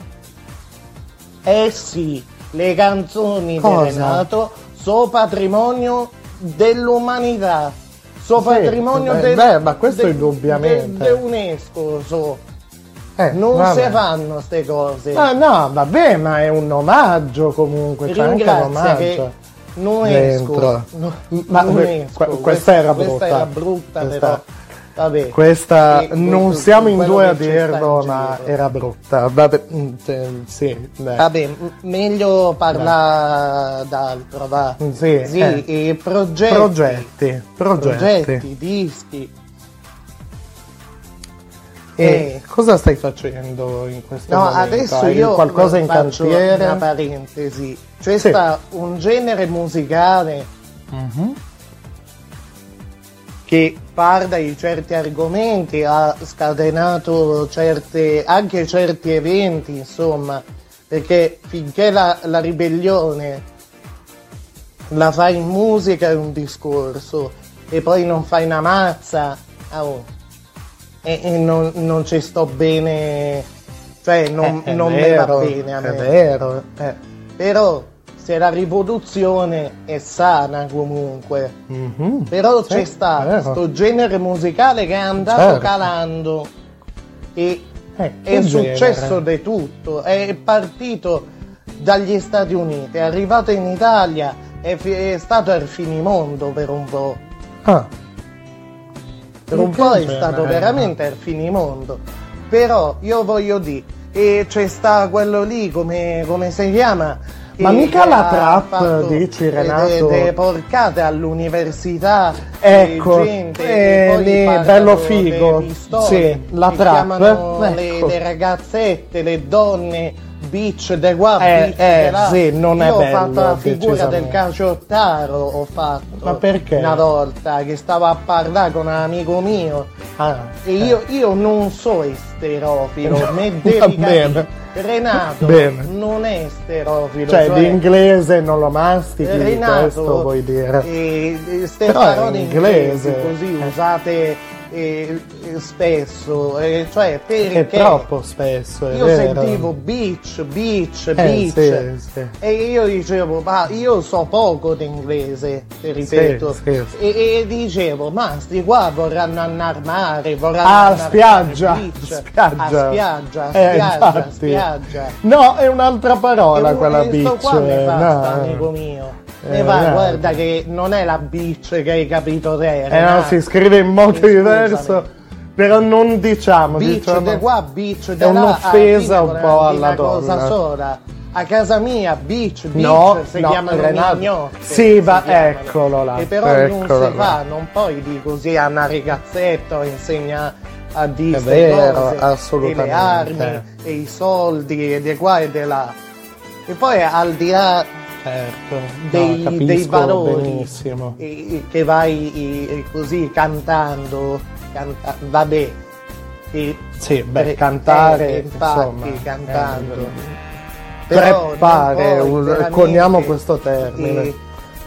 eh sì, le canzoni Cosa? di Renato sono patrimonio dell'umanità. Sono Sì, patrimonio beh, del, beh, ma questo del- indubbiamente. del- dell'UNESCO. So. Eh, Non vabbè. si fanno queste cose. Ma no, vabbè, ma è un omaggio comunque, c'è anche Ringrazia l'omaggio. che non dentro. esco. No, Ma non que- esco. que- questa era brutta. Questa era brutta, Questa- però. Vabbè. Questa E non su- siamo su in quello due a che ci sta dirlo, in ma giro. era brutta. Vabbè, mm, eh, sì, dai. Vabbè, m- meglio parlare d'altro, va. Sì, Sì, eh. e progetti. Progetti, progetti. Progetti, dischi. E Eh. cosa stai facendo in questo No, momento? adesso Hai io qualcosa in faccio cantiere? una parentesi. C'è Sì. sta un genere musicale Mhm. che parla di certi argomenti, ha scatenato certe, anche certi eventi, insomma, perché finché la, la ribellione la fai in musica è un discorso e poi non fai una mazza, ah, oh, e, e non, non ci sto bene, cioè non, Eh, è non vero, me va bene a me. È vero, eh. Però se la rivoluzione è sana comunque, Mhm. però Sì, c'è è stato vero. questo genere musicale che è andato Certo. calando e Eh, è che successo genere? di tutto, è partito dagli Stati Uniti, è arrivato in Italia, è, fi- è stato al finimondo per un po', Ah, per un che po' è genere? stato veramente al finimondo, però io voglio dire, e c'è sta quello lì, come, come si chiama? Ma Che- mica che la ha trap, fatto dici, de- Renato? de- de porcate all'università, Ecco, e gente, eh, e poi lì, parlano bello de- figo. di storie, Sì, la che trap, chiamano le, ecco. le ragazzette, le donne, bitch de qua, Eh, bitch eh, de là. sì, non è Io ho bello, fatto la figura del decisamente. caciottaro, ho fatto Ma perché? una volta che stavo a parlare con un amico mio Ah, e io, io non so esterofilo, me Va devi bene. capire. Renato Bene. non è esterofilo, cioè, cioè l'inglese non lo mastichi, di Renato, questo vuoi dire? e, e ste Però è parole inglese. inglesi così usate eh, eh, spesso, eh, cioè perché È troppo spesso, è io vero. sentivo beach, beach, Eh, beach sì, sì. e io dicevo ma io so poco d'inglese, ti ripeto, Sì, sì, sì. E, e dicevo ma sti qua vorranno andare al mare, vorranno Ah, andare spiaggia, al beach, spiaggia. a spiaggia, Eh, spiaggia, infatti. spiaggia. No, è un'altra parola E quella e sto beach. qua mi fa no. sta amico mio. Eh, Ne va, Renato. guarda che non è la beach che hai capito te. Eh no, Renato. si scrive in modo Scusami. diverso, però non diciamo, Beach diciamo de qua, beach è de là. un'offesa alla un fine po' voleva alla dire una cosa donna. sola. A casa mia beach, beach No, si no, chiamano Renato. mignotte. Sì, si va- chiamano. eccolo là, E però non eccolo si là. fa, non puoi di così a una ragazzetta o insegna a dire È ste vero, cose, assolutamente. e le armi, e i soldi, e di qua e di là. E poi al di là Certo, dei, no, capisco dei valori benissimo. e- e che vai e- e così cantando, canta- vabbè, e- Sì, beh, eh, cantare, eh, infatti, insomma, cantando. eh, Però preppare, non puoi un- veramente, coniamo questo termine. eh,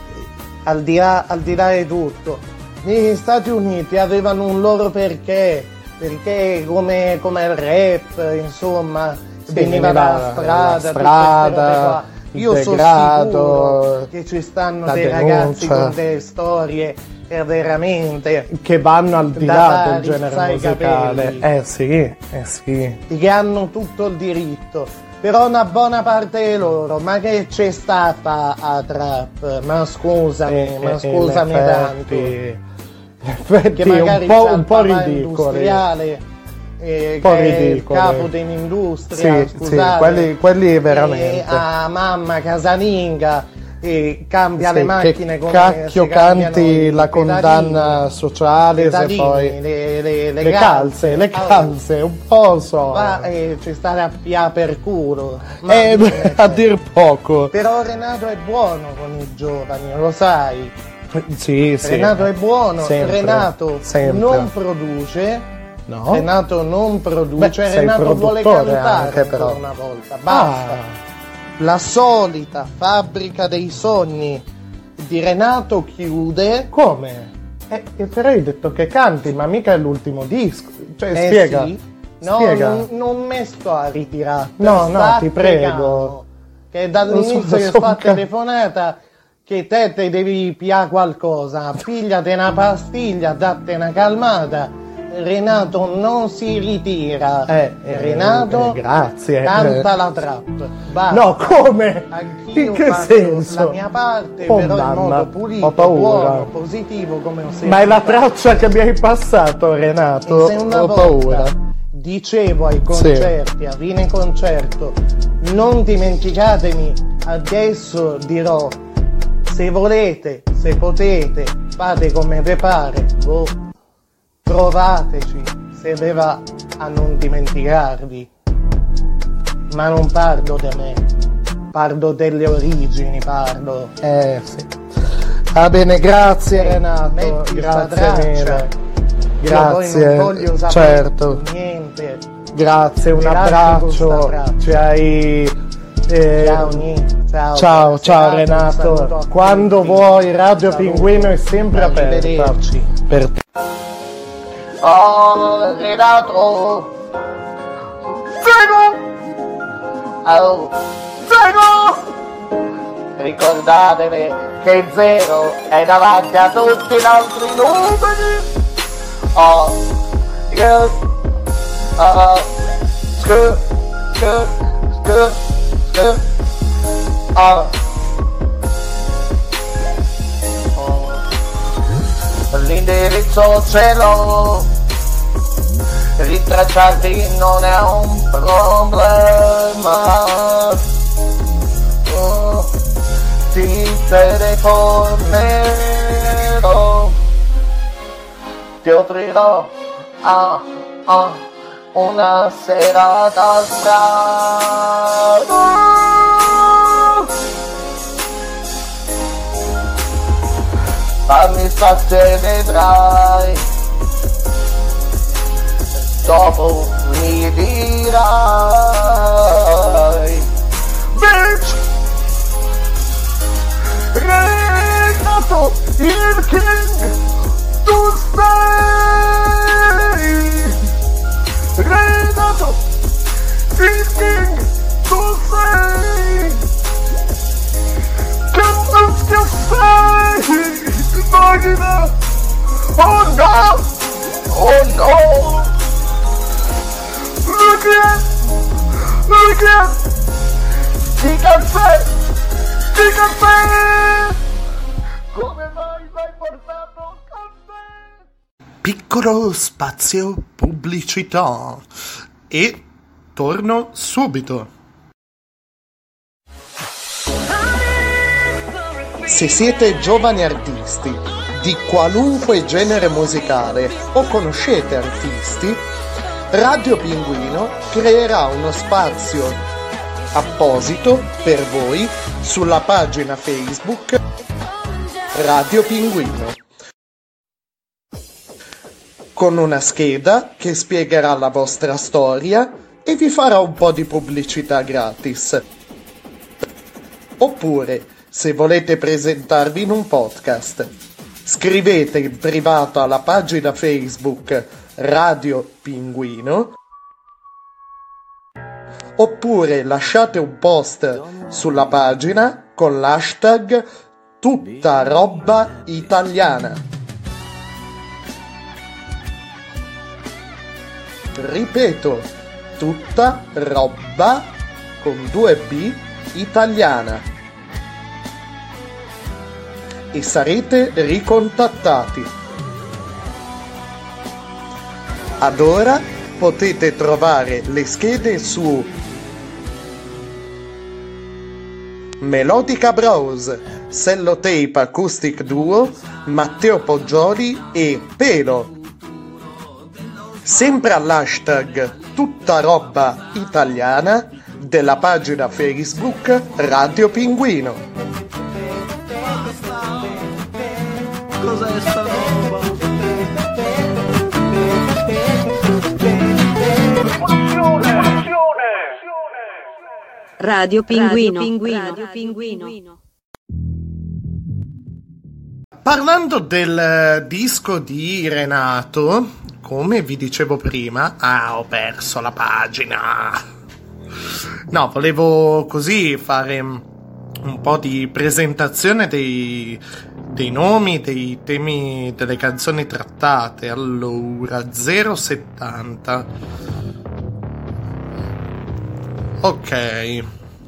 al di là, al di là di tutto, negli Stati Uniti avevano un loro perché, perché come, come il rap, insomma, Sì, veniva veniva dalla la strada, tutte strada, queste robe qua. il Io sono degrado, sicuro che ci stanno la dei denuncia. ragazzi con delle storie che veramente Che vanno al di Da là dare, del genere sai, i musicale. capelli. Eh sì, eh sì. che hanno tutto il diritto, però una buona parte di loro, ma che c'è stata a trap? Ma scusami, E- ma e- scusami in tanto. effetti- in effetti Che magari un po', c'ha un il po' papà ridicoli. industriale, eh, Un po' che è il ridicoli. capo dell'industria, Sì, sì, scusate, quelli, quelli e veramente. a mamma casalinga e cambia Sì, le macchine che come cacchio si cambiano canti i la condanna pedalini, sociale se pedalini, poi le, le, le le calze, le Ah, calze, un po' so. va e ci sta a pia per culo. Ma Eh, dimmi, a dir poco. però Renato è buono con i giovani, lo sai. Sì, sì. Renato è buono, Sempre, Renato sempre. non produce, No? Renato non produce, Beh, sei Renato vuole produttore cantare anche, però. ancora una volta, basta. Ah, La solita fabbrica dei sogni di Renato chiude. come? Eh, che però hai detto che canti, ma mica è l'ultimo disco. Cioè, Eh spiega. sì. No, spiega. non, non mi sto a ritirare. No, no, Sta ti spiegando prego. Che dall'inizio Lo so, che so sto a ca- telefonata che te te devi piare qualcosa, pigliate una pastiglia, datte una calmata Renato non si ritira. Eh, Renato, eh, grazie. canta la trap. Basta. No, come? Anch'io In che faccio senso? la mia parte, Oh, però mamma, in modo pulito, ho paura. buono, positivo, come ho sempre Ma è la fatto. traccia che mi hai passato, Renato. E se una Ho volta paura. dicevo ai concerti, a fine concerto, non dimenticatemi, adesso dirò, se volete, se potete, fate come vi pare, boh, provateci, se vi va a non dimenticarvi. Ma non parlo di me, parlo delle origini, parlo. Eh sì. Va bene, grazie Renato. Metti sta Grazie traccia. mille. Io poi non voglio Grazie. sapere Certo. niente. Grazie, un Mi lascio abbraccio. con sta traccia. Ci hai. eh, Ciao, Ni. Ciao, ciao, buona ciao serata, un saluto Renato. a Quando tutti. vuoi, Radio Saluto. Pinguino è sempre aperta. Arrivederci. Per te. Oh, Renato! Prego! Oh, prego! Ricordatevi che zero è davanti a tutti gli altri numeri! Oh, yes! Oh, scu, scu, scu, scu, oh. Oh. L'indirizzo ce l'ho, ritracciarti non è un problema. Oh, ti telefonerò, ti offrirò ah, ah, una serata strana. Fammi spazio, vedrai, dopo mi dirai, bitch, Renato il king, tu sei, Renato il king, tu sei, che muschio sei, immagina, oh no, oh no. Look at, look at, di caffè, di caffè, come mai l'hai portato con te? Piccolo spazio pubblicità e torno subito. Se siete giovani artisti di qualunque genere musicale o conoscete artisti, Radio Pinguino creerà uno spazio apposito per voi sulla pagina Facebook Radio Pinguino, con una scheda che spiegherà la vostra storia e vi farà un po' di pubblicità gratis. Oppure, se volete presentarvi in un podcast, scrivete in privato alla pagina Facebook Radio Pinguino, oppure lasciate un post sulla pagina con l'hashtag tutta roba italiana. Ripeto, tutta roba con due B italiana. E sarete ricontattati. Ad ora potete trovare le schede su Melodica Bros, Sellotape Acoustic Duo, Matteo Poggioli e Pelo. Sempre all'hashtag tutta roba italiana della pagina Facebook Radio Pinguino. Cos'è sta roba? Radio Pinguino. Radio Pinguino. Parlando del disco di Renato, come vi dicevo prima, ah, ho perso la pagina. No, volevo così fare un po' di presentazione dei, dei nomi, dei temi, delle canzoni trattate. Allora, zero settanta. Ok.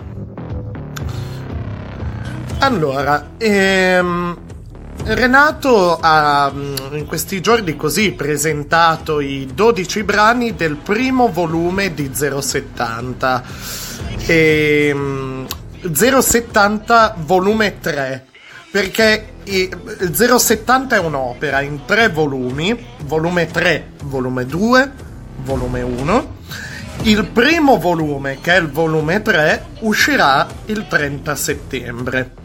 Allora, ehm, Renato ha in questi giorni così presentato i dodici brani del primo volume di zero settanta. Ehm, zero settanta volume tre, perché zero settanta è un'opera in tre volumi, volume tre, volume due, volume uno. Il primo volume, che è il volume tre, uscirà il trenta settembre.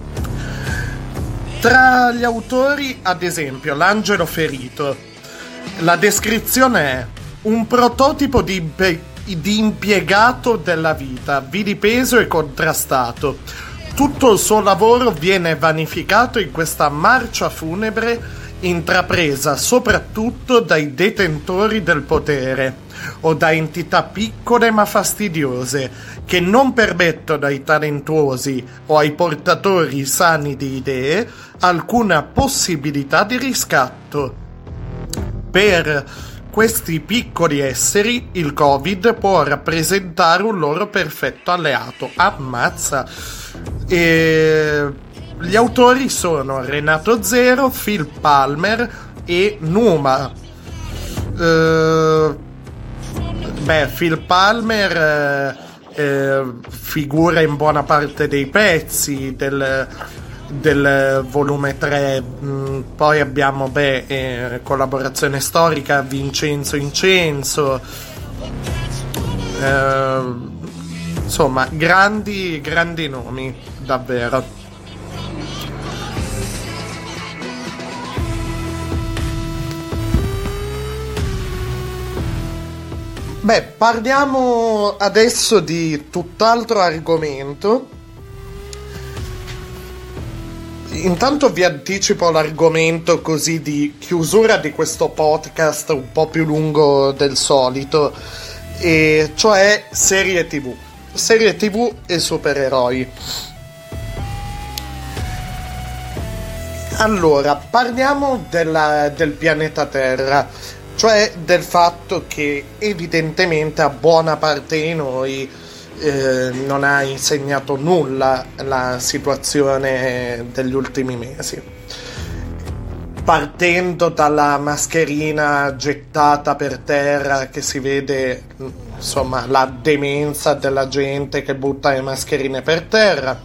Tra gli autori, ad esempio, L'Angelo Ferito. La descrizione è: un prototipo di, impe- di impiegato della vita, vilipeso e contrastato. Tutto il suo lavoro viene vanificato in questa marcia funebre intrapresa soprattutto dai detentori del potere o da entità piccole ma fastidiose che non permettono ai talentuosi o ai portatori sani di idee alcuna possibilità di riscatto. Per questi piccoli esseri il Covid può rappresentare un loro perfetto alleato. Ammazza! E gli autori sono Renato Zero, Phil Palmer e Numa. Uh, beh, Phil Palmer uh, uh, figura in buona parte dei pezzi del, del volume tre. Mm, poi abbiamo beh, eh, collaborazione storica Vincenzo Incenso. Uh, insomma, grandi, grandi nomi, davvero. Beh, parliamo adesso di tutt'altro argomento. Intanto vi anticipo l'argomento così di chiusura di questo podcast un po' più lungo del solito, e cioè serie tv. Serie tv e supereroi. Allora, parliamo della, del pianeta Terra, cioè del fatto che evidentemente a buona parte di noi eh, non ha insegnato nulla la situazione degli ultimi mesi. Partendo dalla mascherina gettata per terra, che si vede insomma la demenza della gente che butta le mascherine per terra,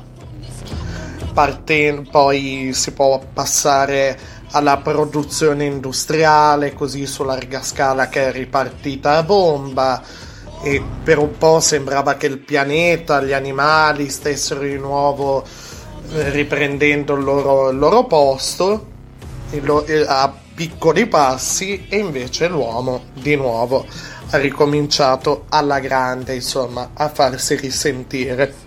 Parten- poi si può passare alla produzione industriale così su larga scala che è ripartita a bomba, e per un po' sembrava che il pianeta, gli animali stessero di nuovo eh, riprendendo il loro, il loro posto il lo- a piccoli passi, e invece l'uomo di nuovo ha ricominciato alla grande, insomma, a farsi risentire.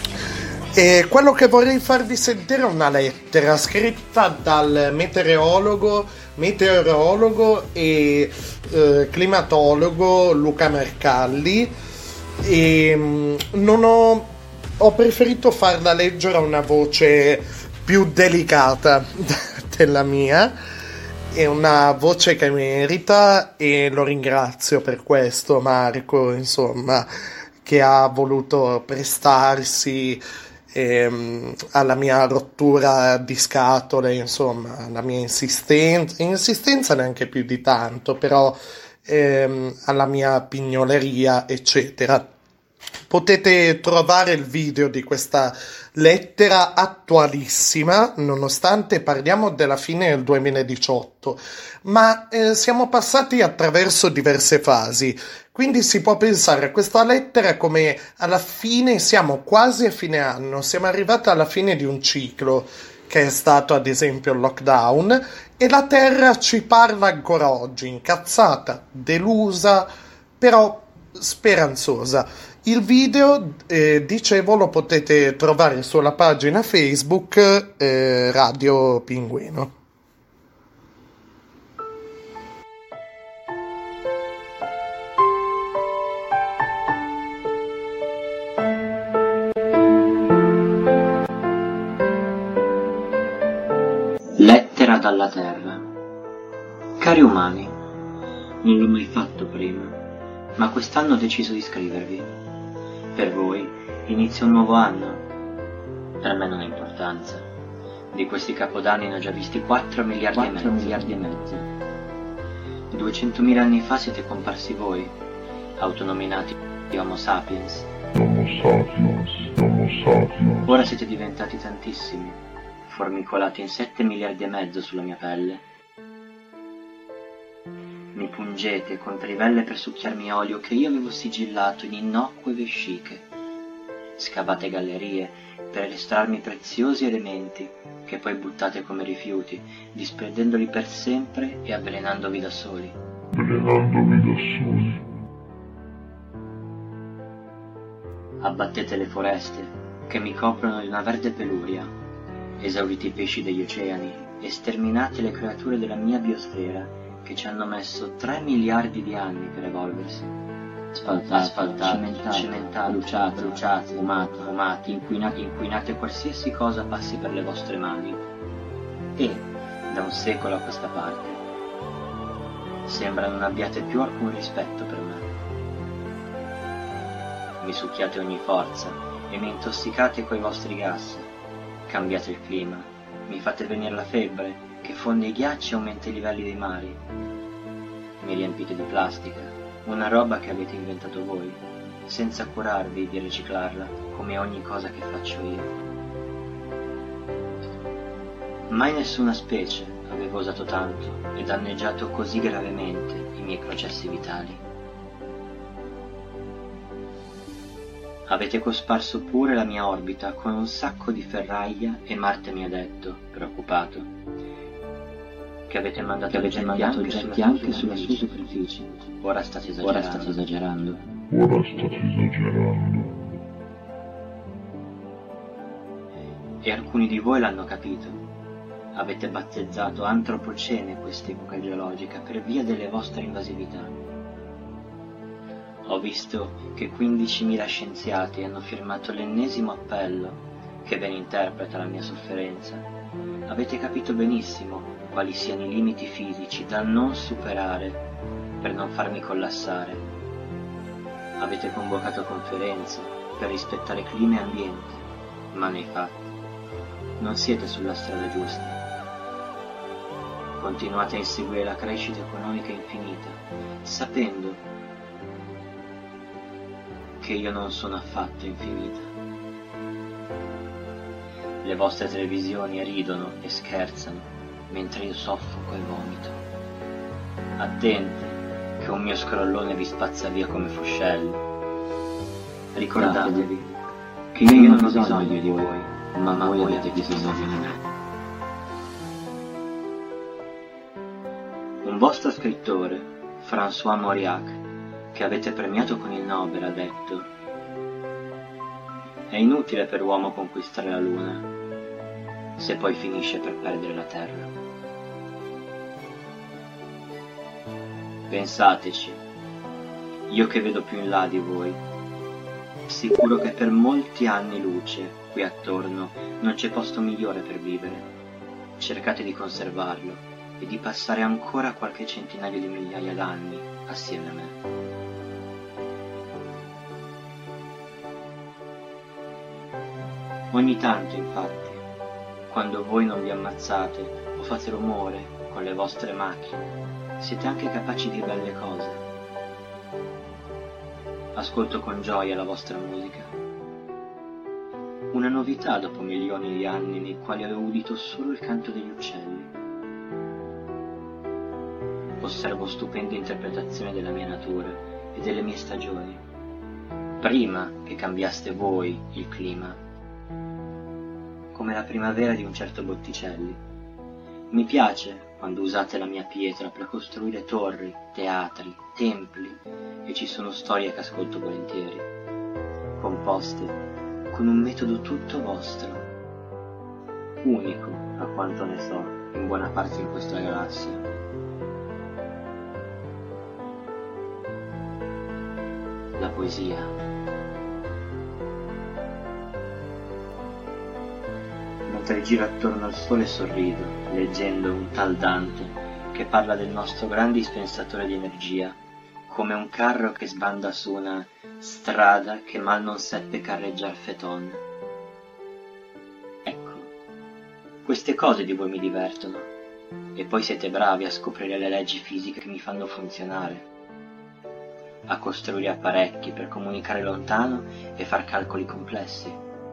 E quello che vorrei farvi sentire è una lettera scritta dal meteorologo, meteorologo e eh, climatologo Luca Mercalli, e mh, non ho, ho preferito farla leggere a una voce più delicata della mia. È una voce che merita e lo ringrazio per questo, Marco, insomma, che ha voluto prestarsi ehm, alla mia rottura di scatole, insomma, alla mia insistenza, insistenza neanche più di tanto, però ehm, alla mia pignoleria, eccetera. Potete trovare il video di questa lettera attualissima, nonostante parliamo della fine del duemiladiciotto, ma eh, siamo passati attraverso diverse fasi, quindi si può pensare a questa lettera come alla fine, siamo quasi a fine anno, siamo arrivati alla fine di un ciclo che è stato ad esempio il lockdown, e la Terra ci parla ancora oggi, incazzata, delusa, però speranzosa. Il video, eh, dicevo, lo potete trovare sulla pagina Facebook eh, Radio Pinguino. dalla Terra. Cari umani, non l'ho mai fatto prima, ma quest'anno ho deciso di scrivervi. Per voi inizia un nuovo anno. Per me non ha importanza. Di questi capodanni ne ho già visti quattro miliardi e mezzo. miliardi e mezzo. duecentomila anni fa siete comparsi voi, autonominati Homo sapiens. Homo sapiens, Homo sapiens. Ora siete diventati tantissimi, formicolati in sette miliardi e mezzo sulla mia pelle. Mi pungete con trivelle per succhiarmi olio che io avevo sigillato in innocue vesciche. Scavate gallerie per estrarmi preziosi elementi che poi buttate come rifiuti, disperdendoli per sempre e avvelenandovi da soli. Avvelenandovi da soli. Abbattete le foreste che mi coprono di una verde peluria, esaurite i pesci degli oceani e sterminate le creature della mia biosfera che ci hanno messo tre miliardi di anni per evolversi. Spaltate, asfaltate, cementate, cementate, bruciate, bruciate, fumate, fumate, inquinate, inquinate qualsiasi cosa passi per le vostre mani. E, da un secolo a questa parte, sembra non abbiate più alcun rispetto per me. Mi succhiate ogni forza e mi intossicate coi vostri gas. Cambiate il clima, mi fate venire la febbre che fonde i ghiacci e aumenta i livelli dei mari. Mi riempite di plastica, una roba che avete inventato voi, senza curarvi di riciclarla, come ogni cosa che faccio io. Mai nessuna specie aveva usato tanto e danneggiato così gravemente i miei processi vitali. Avete cosparso pure la mia orbita con un sacco di ferraglia e Marte mi ha detto, preoccupato, che avete mandato, che avete mandato oggetti anche sulla sua superficie. Ora state esagerando. Ora state esagerando. Ora state esagerando. E alcuni di voi l'hanno capito. Avete battezzato antropocene quest'epoca geologica per via delle vostre invasività. Ho visto che quindicimila scienziati hanno firmato l'ennesimo appello che ben interpreta la mia sofferenza. Avete capito benissimo quali siano i limiti fisici da non superare per non farmi collassare. Avete convocato conferenze per rispettare clima e ambiente, ma nei fatti non siete sulla strada giusta. Continuate a inseguire la crescita economica infinita, sapendo che io non sono affatto infinita. Le vostre televisioni ridono e scherzano mentre io soffoco e vomito. Attenti che un mio scrollone vi spazza via come fuscello. Ricordatevi che io non ho bisogno di voi, ma voi avete bisogno di me. Un vostro scrittore, François Mauriac, che avete premiato con il Nobel, ha detto: è inutile per l'uomo conquistare la Luna se poi finisce per perdere la Terra. Pensateci, io che vedo più in là di voi, sicuro che per molti anni luce qui attorno non c'è posto migliore per vivere. Cercate di conservarlo e di passare ancora qualche centinaio di migliaia d'anni assieme a me. Ogni tanto, infatti, quando voi non vi ammazzate o fate rumore con le vostre macchine, siete anche capaci di belle cose. Ascolto con gioia la vostra musica. Una novità dopo milioni di anni nei quali avevo udito solo il canto degli uccelli. Osservo stupende interpretazioni della mia natura e delle mie stagioni, prima che cambiaste voi il clima, come la primavera di un certo Botticelli. Mi piace quando usate la mia pietra per costruire torri, teatri, templi, e ci sono storie che ascolto volentieri, composte con un metodo tutto vostro, unico a quanto ne so in buona parte in questa galassia. La poesia. Non mentre giro attorno al sole e sorrido, leggendo un tal Dante che parla del nostro grande dispensatore di energia, come un carro che sbanda su una strada che mal non seppe carreggiar Feton. Ecco, queste cose di voi mi divertono, e poi siete bravi a scoprire le leggi fisiche che mi fanno funzionare, a costruire apparecchi per comunicare lontano e far calcoli complessi,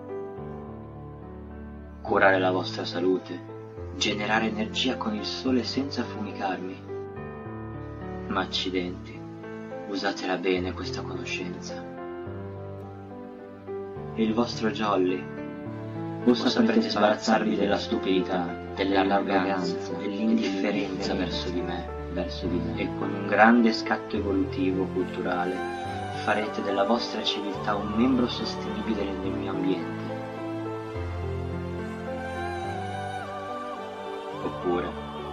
curare la vostra salute, generare energia con il sole senza affumicarmi. Ma accidenti, usatela bene questa conoscenza. E il vostro Jolly? O saprete sbarazzarvi della stupidità, dell'arroganza, dell'indifferenza verso di me, verso di me, e con un grande scatto evolutivo culturale farete della vostra civiltà un membro sostenibile nel mio ambiente. Oppure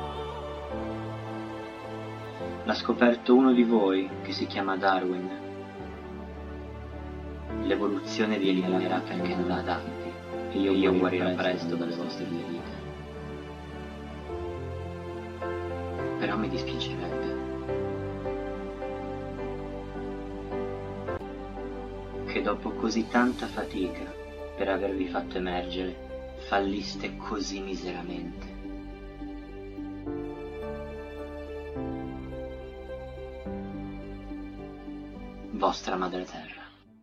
l'ha scoperto uno di voi che si chiama Darwin. L'evoluzione vi eliminerà perché non ha adatti, e io, io guarirò presto dalle vostre due vite. Però mi dispiacerebbe che dopo così tanta fatica per avervi fatto emergere, falliste così miseramente. Vostra madre terra.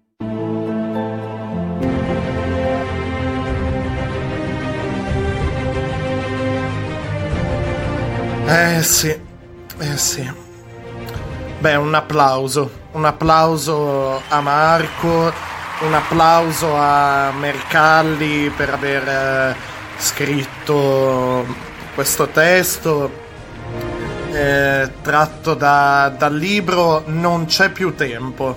Eh sì, eh sì. Beh, un applauso, un applauso a Marco, un applauso a Mercalli per aver eh, scritto questo testo eh, tratto da, dal libro Non c'è più tempo.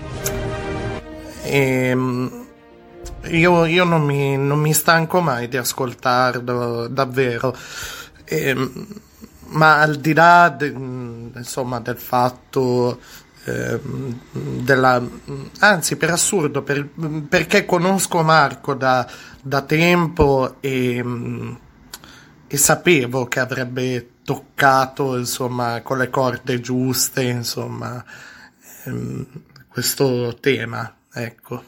E, io, io non mi, non mi stanco mai di ascoltarlo, davvero. E, ma al di là de, insomma del fatto eh, della anzi per assurdo per, perché conosco Marco da, da tempo e, e sapevo che avrebbe toccato insomma con le corde giuste insomma ehm, questo tema, ecco.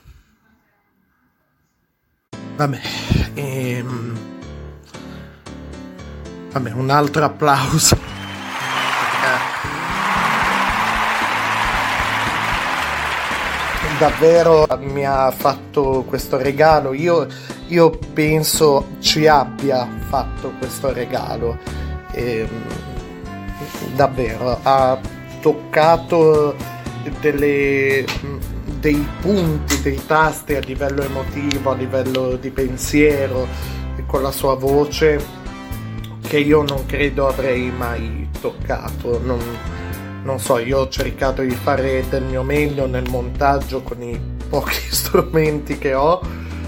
Vabbè ehm, Vabbè, un altro applauso. Davvero mi ha fatto questo regalo. Io, io penso ci abbia fatto questo regalo. E, davvero, ha toccato delle, dei punti, dei tasti a livello emotivo, a livello di pensiero, con la sua voce, che io non credo avrei mai toccato. Non, non so, io ho cercato di fare del mio meglio nel montaggio con i pochi strumenti che ho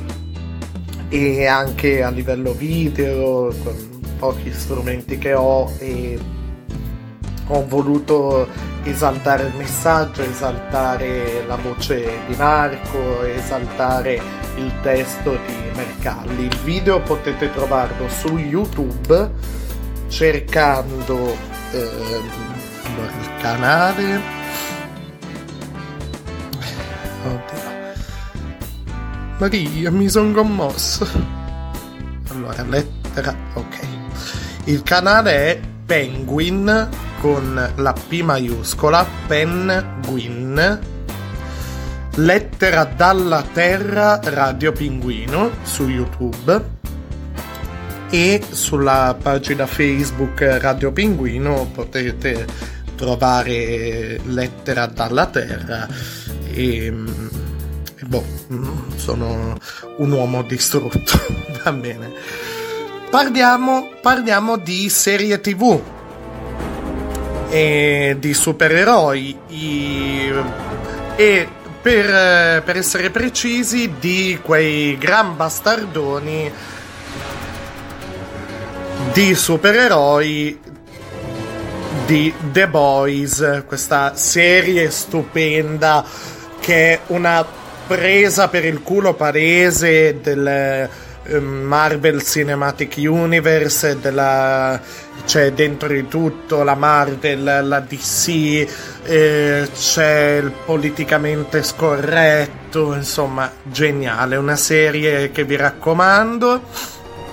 e anche a livello video con pochi strumenti che ho, e ho voluto esaltare il messaggio, esaltare la voce di Marco, esaltare il testo di Mercalli. Il video potete trovarlo su YouTube cercando eh, il canale. Oddio. Maria, mi sono commosso. Allora, lettera, ok. Il canale è Penguin con la P maiuscola, Penguin, lettera dalla terra Radio Pinguino su YouTube, e sulla pagina Facebook Radio Pinguino potete trovare lettera dalla terra. E, e boh, sono un uomo distrutto. Va bene, parliamo, parliamo di serie tv e di supereroi i, e per, per essere precisi di quei gran bastardoni di supereroi di The Boys, questa serie stupenda che è una presa per il culo palese del eh, Marvel Cinematic Universe, della, c'è dentro di tutto la Marvel, la D C, eh, c'è il politicamente scorretto, insomma geniale, una serie che vi raccomando.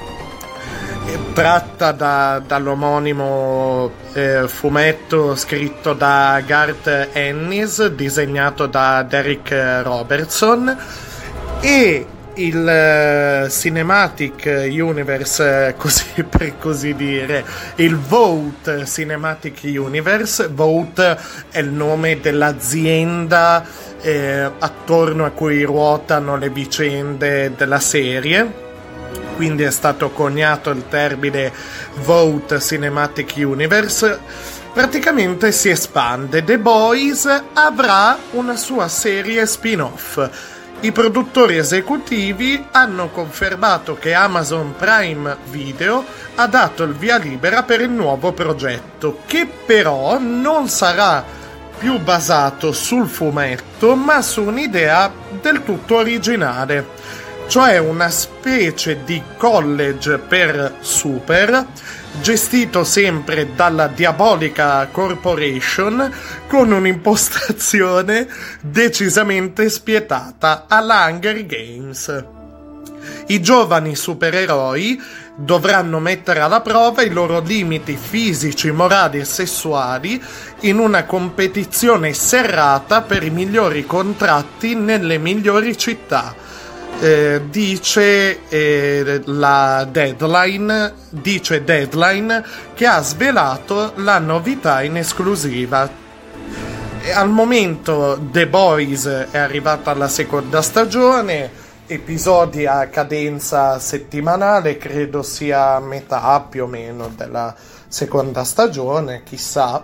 Tratta da, dall'omonimo eh, fumetto scritto da Garth Ennis, disegnato da Derek Robertson, e il eh, Cinematic Universe, così per così dire, il Vought Cinematic Universe. Vought è il nome dell'azienda eh, attorno a cui ruotano le vicende della serie. Quindi è stato coniato il termine Vought Cinematic Universe. Praticamente si espande. The Boys avrà una sua serie spin-off. I produttori esecutivi hanno confermato che Amazon Prime Video ha dato il via libera per il nuovo progetto, che però non sarà più basato sul fumetto, ma su un'idea del tutto originale. Cioè una specie di college per super, gestito sempre dalla Diabolica Corporation, con un'impostazione decisamente spietata alla Hunger Games. I giovani supereroi dovranno mettere alla prova i loro limiti fisici, morali e sessuali in una competizione serrata per i migliori contratti nelle migliori città. Eh, dice eh, la Deadline dice Deadline che ha svelato la novità in esclusiva. E al momento The Boys è arrivata alla seconda stagione, episodi a cadenza settimanale, credo sia a metà più o meno della seconda stagione, chissà,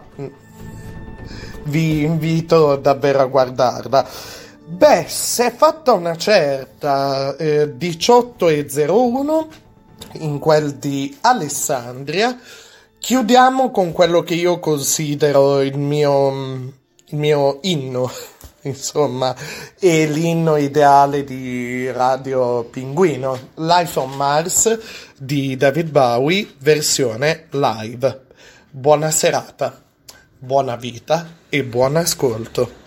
vi invito davvero a guardarla. Beh, si è fatta una certa, eh, diciotto e zero uno in quel di Alessandria. Chiudiamo con quello che io considero il mio, il mio inno, insomma, e l'inno ideale di Radio Pinguino, Life on Mars di David Bowie, versione live. Buona serata, buona vita e buon ascolto.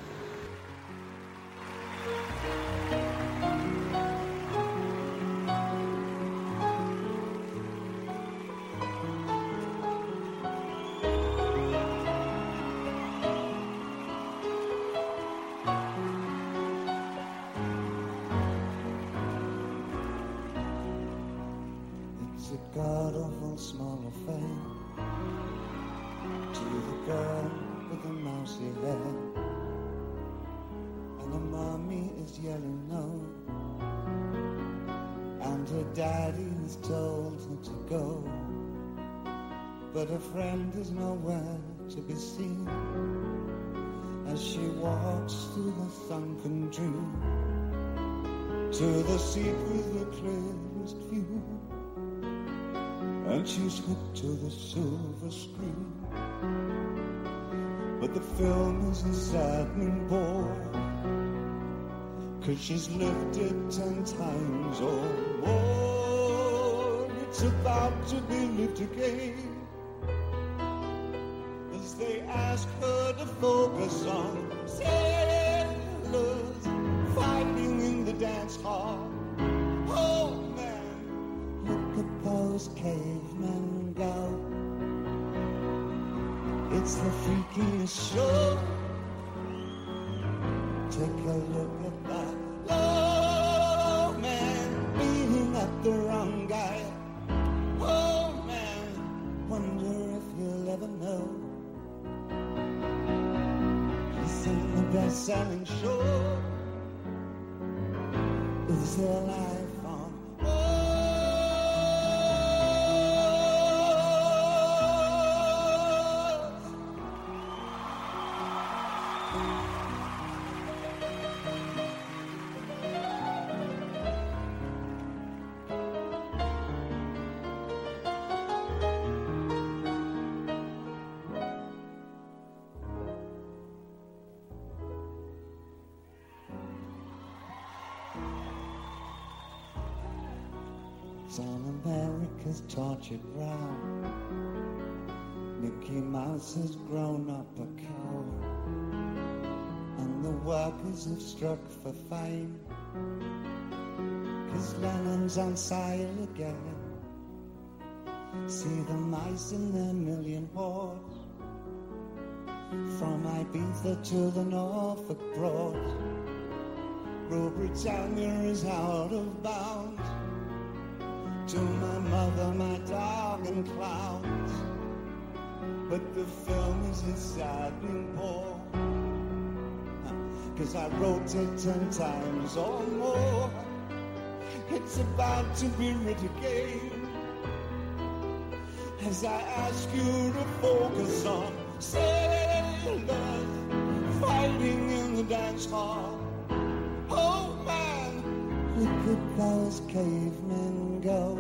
But a friend is nowhere to be seen as she walks through the sunken dream to the seat with the clearest view, and she's hooked to the silver screen. But the film is a saddening bore, 'cause she's lived it ten times or more. It's about to be lived again. They ask her to focus on sailors fighting in the dance hall. Oh man, look at those cavemen go. It's the freakiest show. Take a look at that low man beating up the wrong guy. Oh man, wonder if you'll ever know. In the best-selling show is their life on It's on America's tortured brow. Mickey Mouse has grown up a cow, and the workers have struck for fame, 'cause Lennon's on sale again. See the mice in their million hordes, from Ibiza to the Norfolk Broads. Rule Britannia is out of bounds. To my mother, my dog and clowns. But the film is a saddening bore, 'cause I wrote it ten times or more. It's about to be writ again, as I ask you to focus on sailors fighting in the dance hall. Oh man, look at those cavemen go.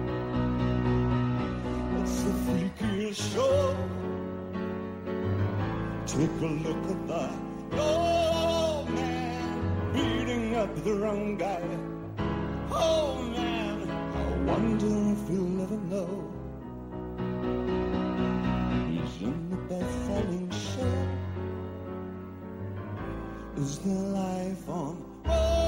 It's the freakiest show. Take a look at the old man beating up the wrong guy. Oh man, I wonder if he'll ever know he's in the best-selling show. Is there life on Mars?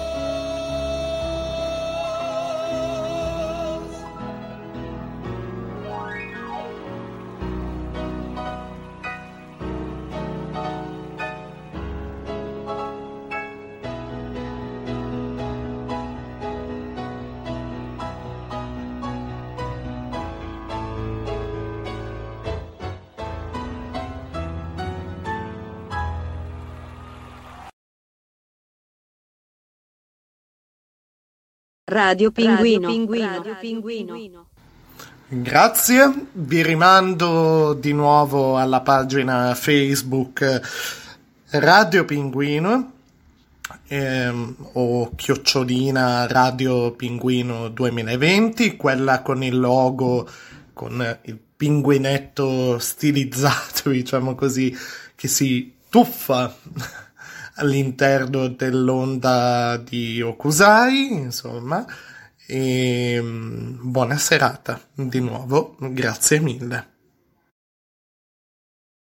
Radio Pinguino. Radio Pinguino. Grazie, vi rimando di nuovo alla pagina Facebook Radio Pinguino ehm, o chiocciolina Radio Pinguino duemilaventi, quella con il logo, con il pinguinetto stilizzato, diciamo così, che si tuffa all'interno dell'onda di Hokusai, insomma, e buona serata di nuovo, grazie mille.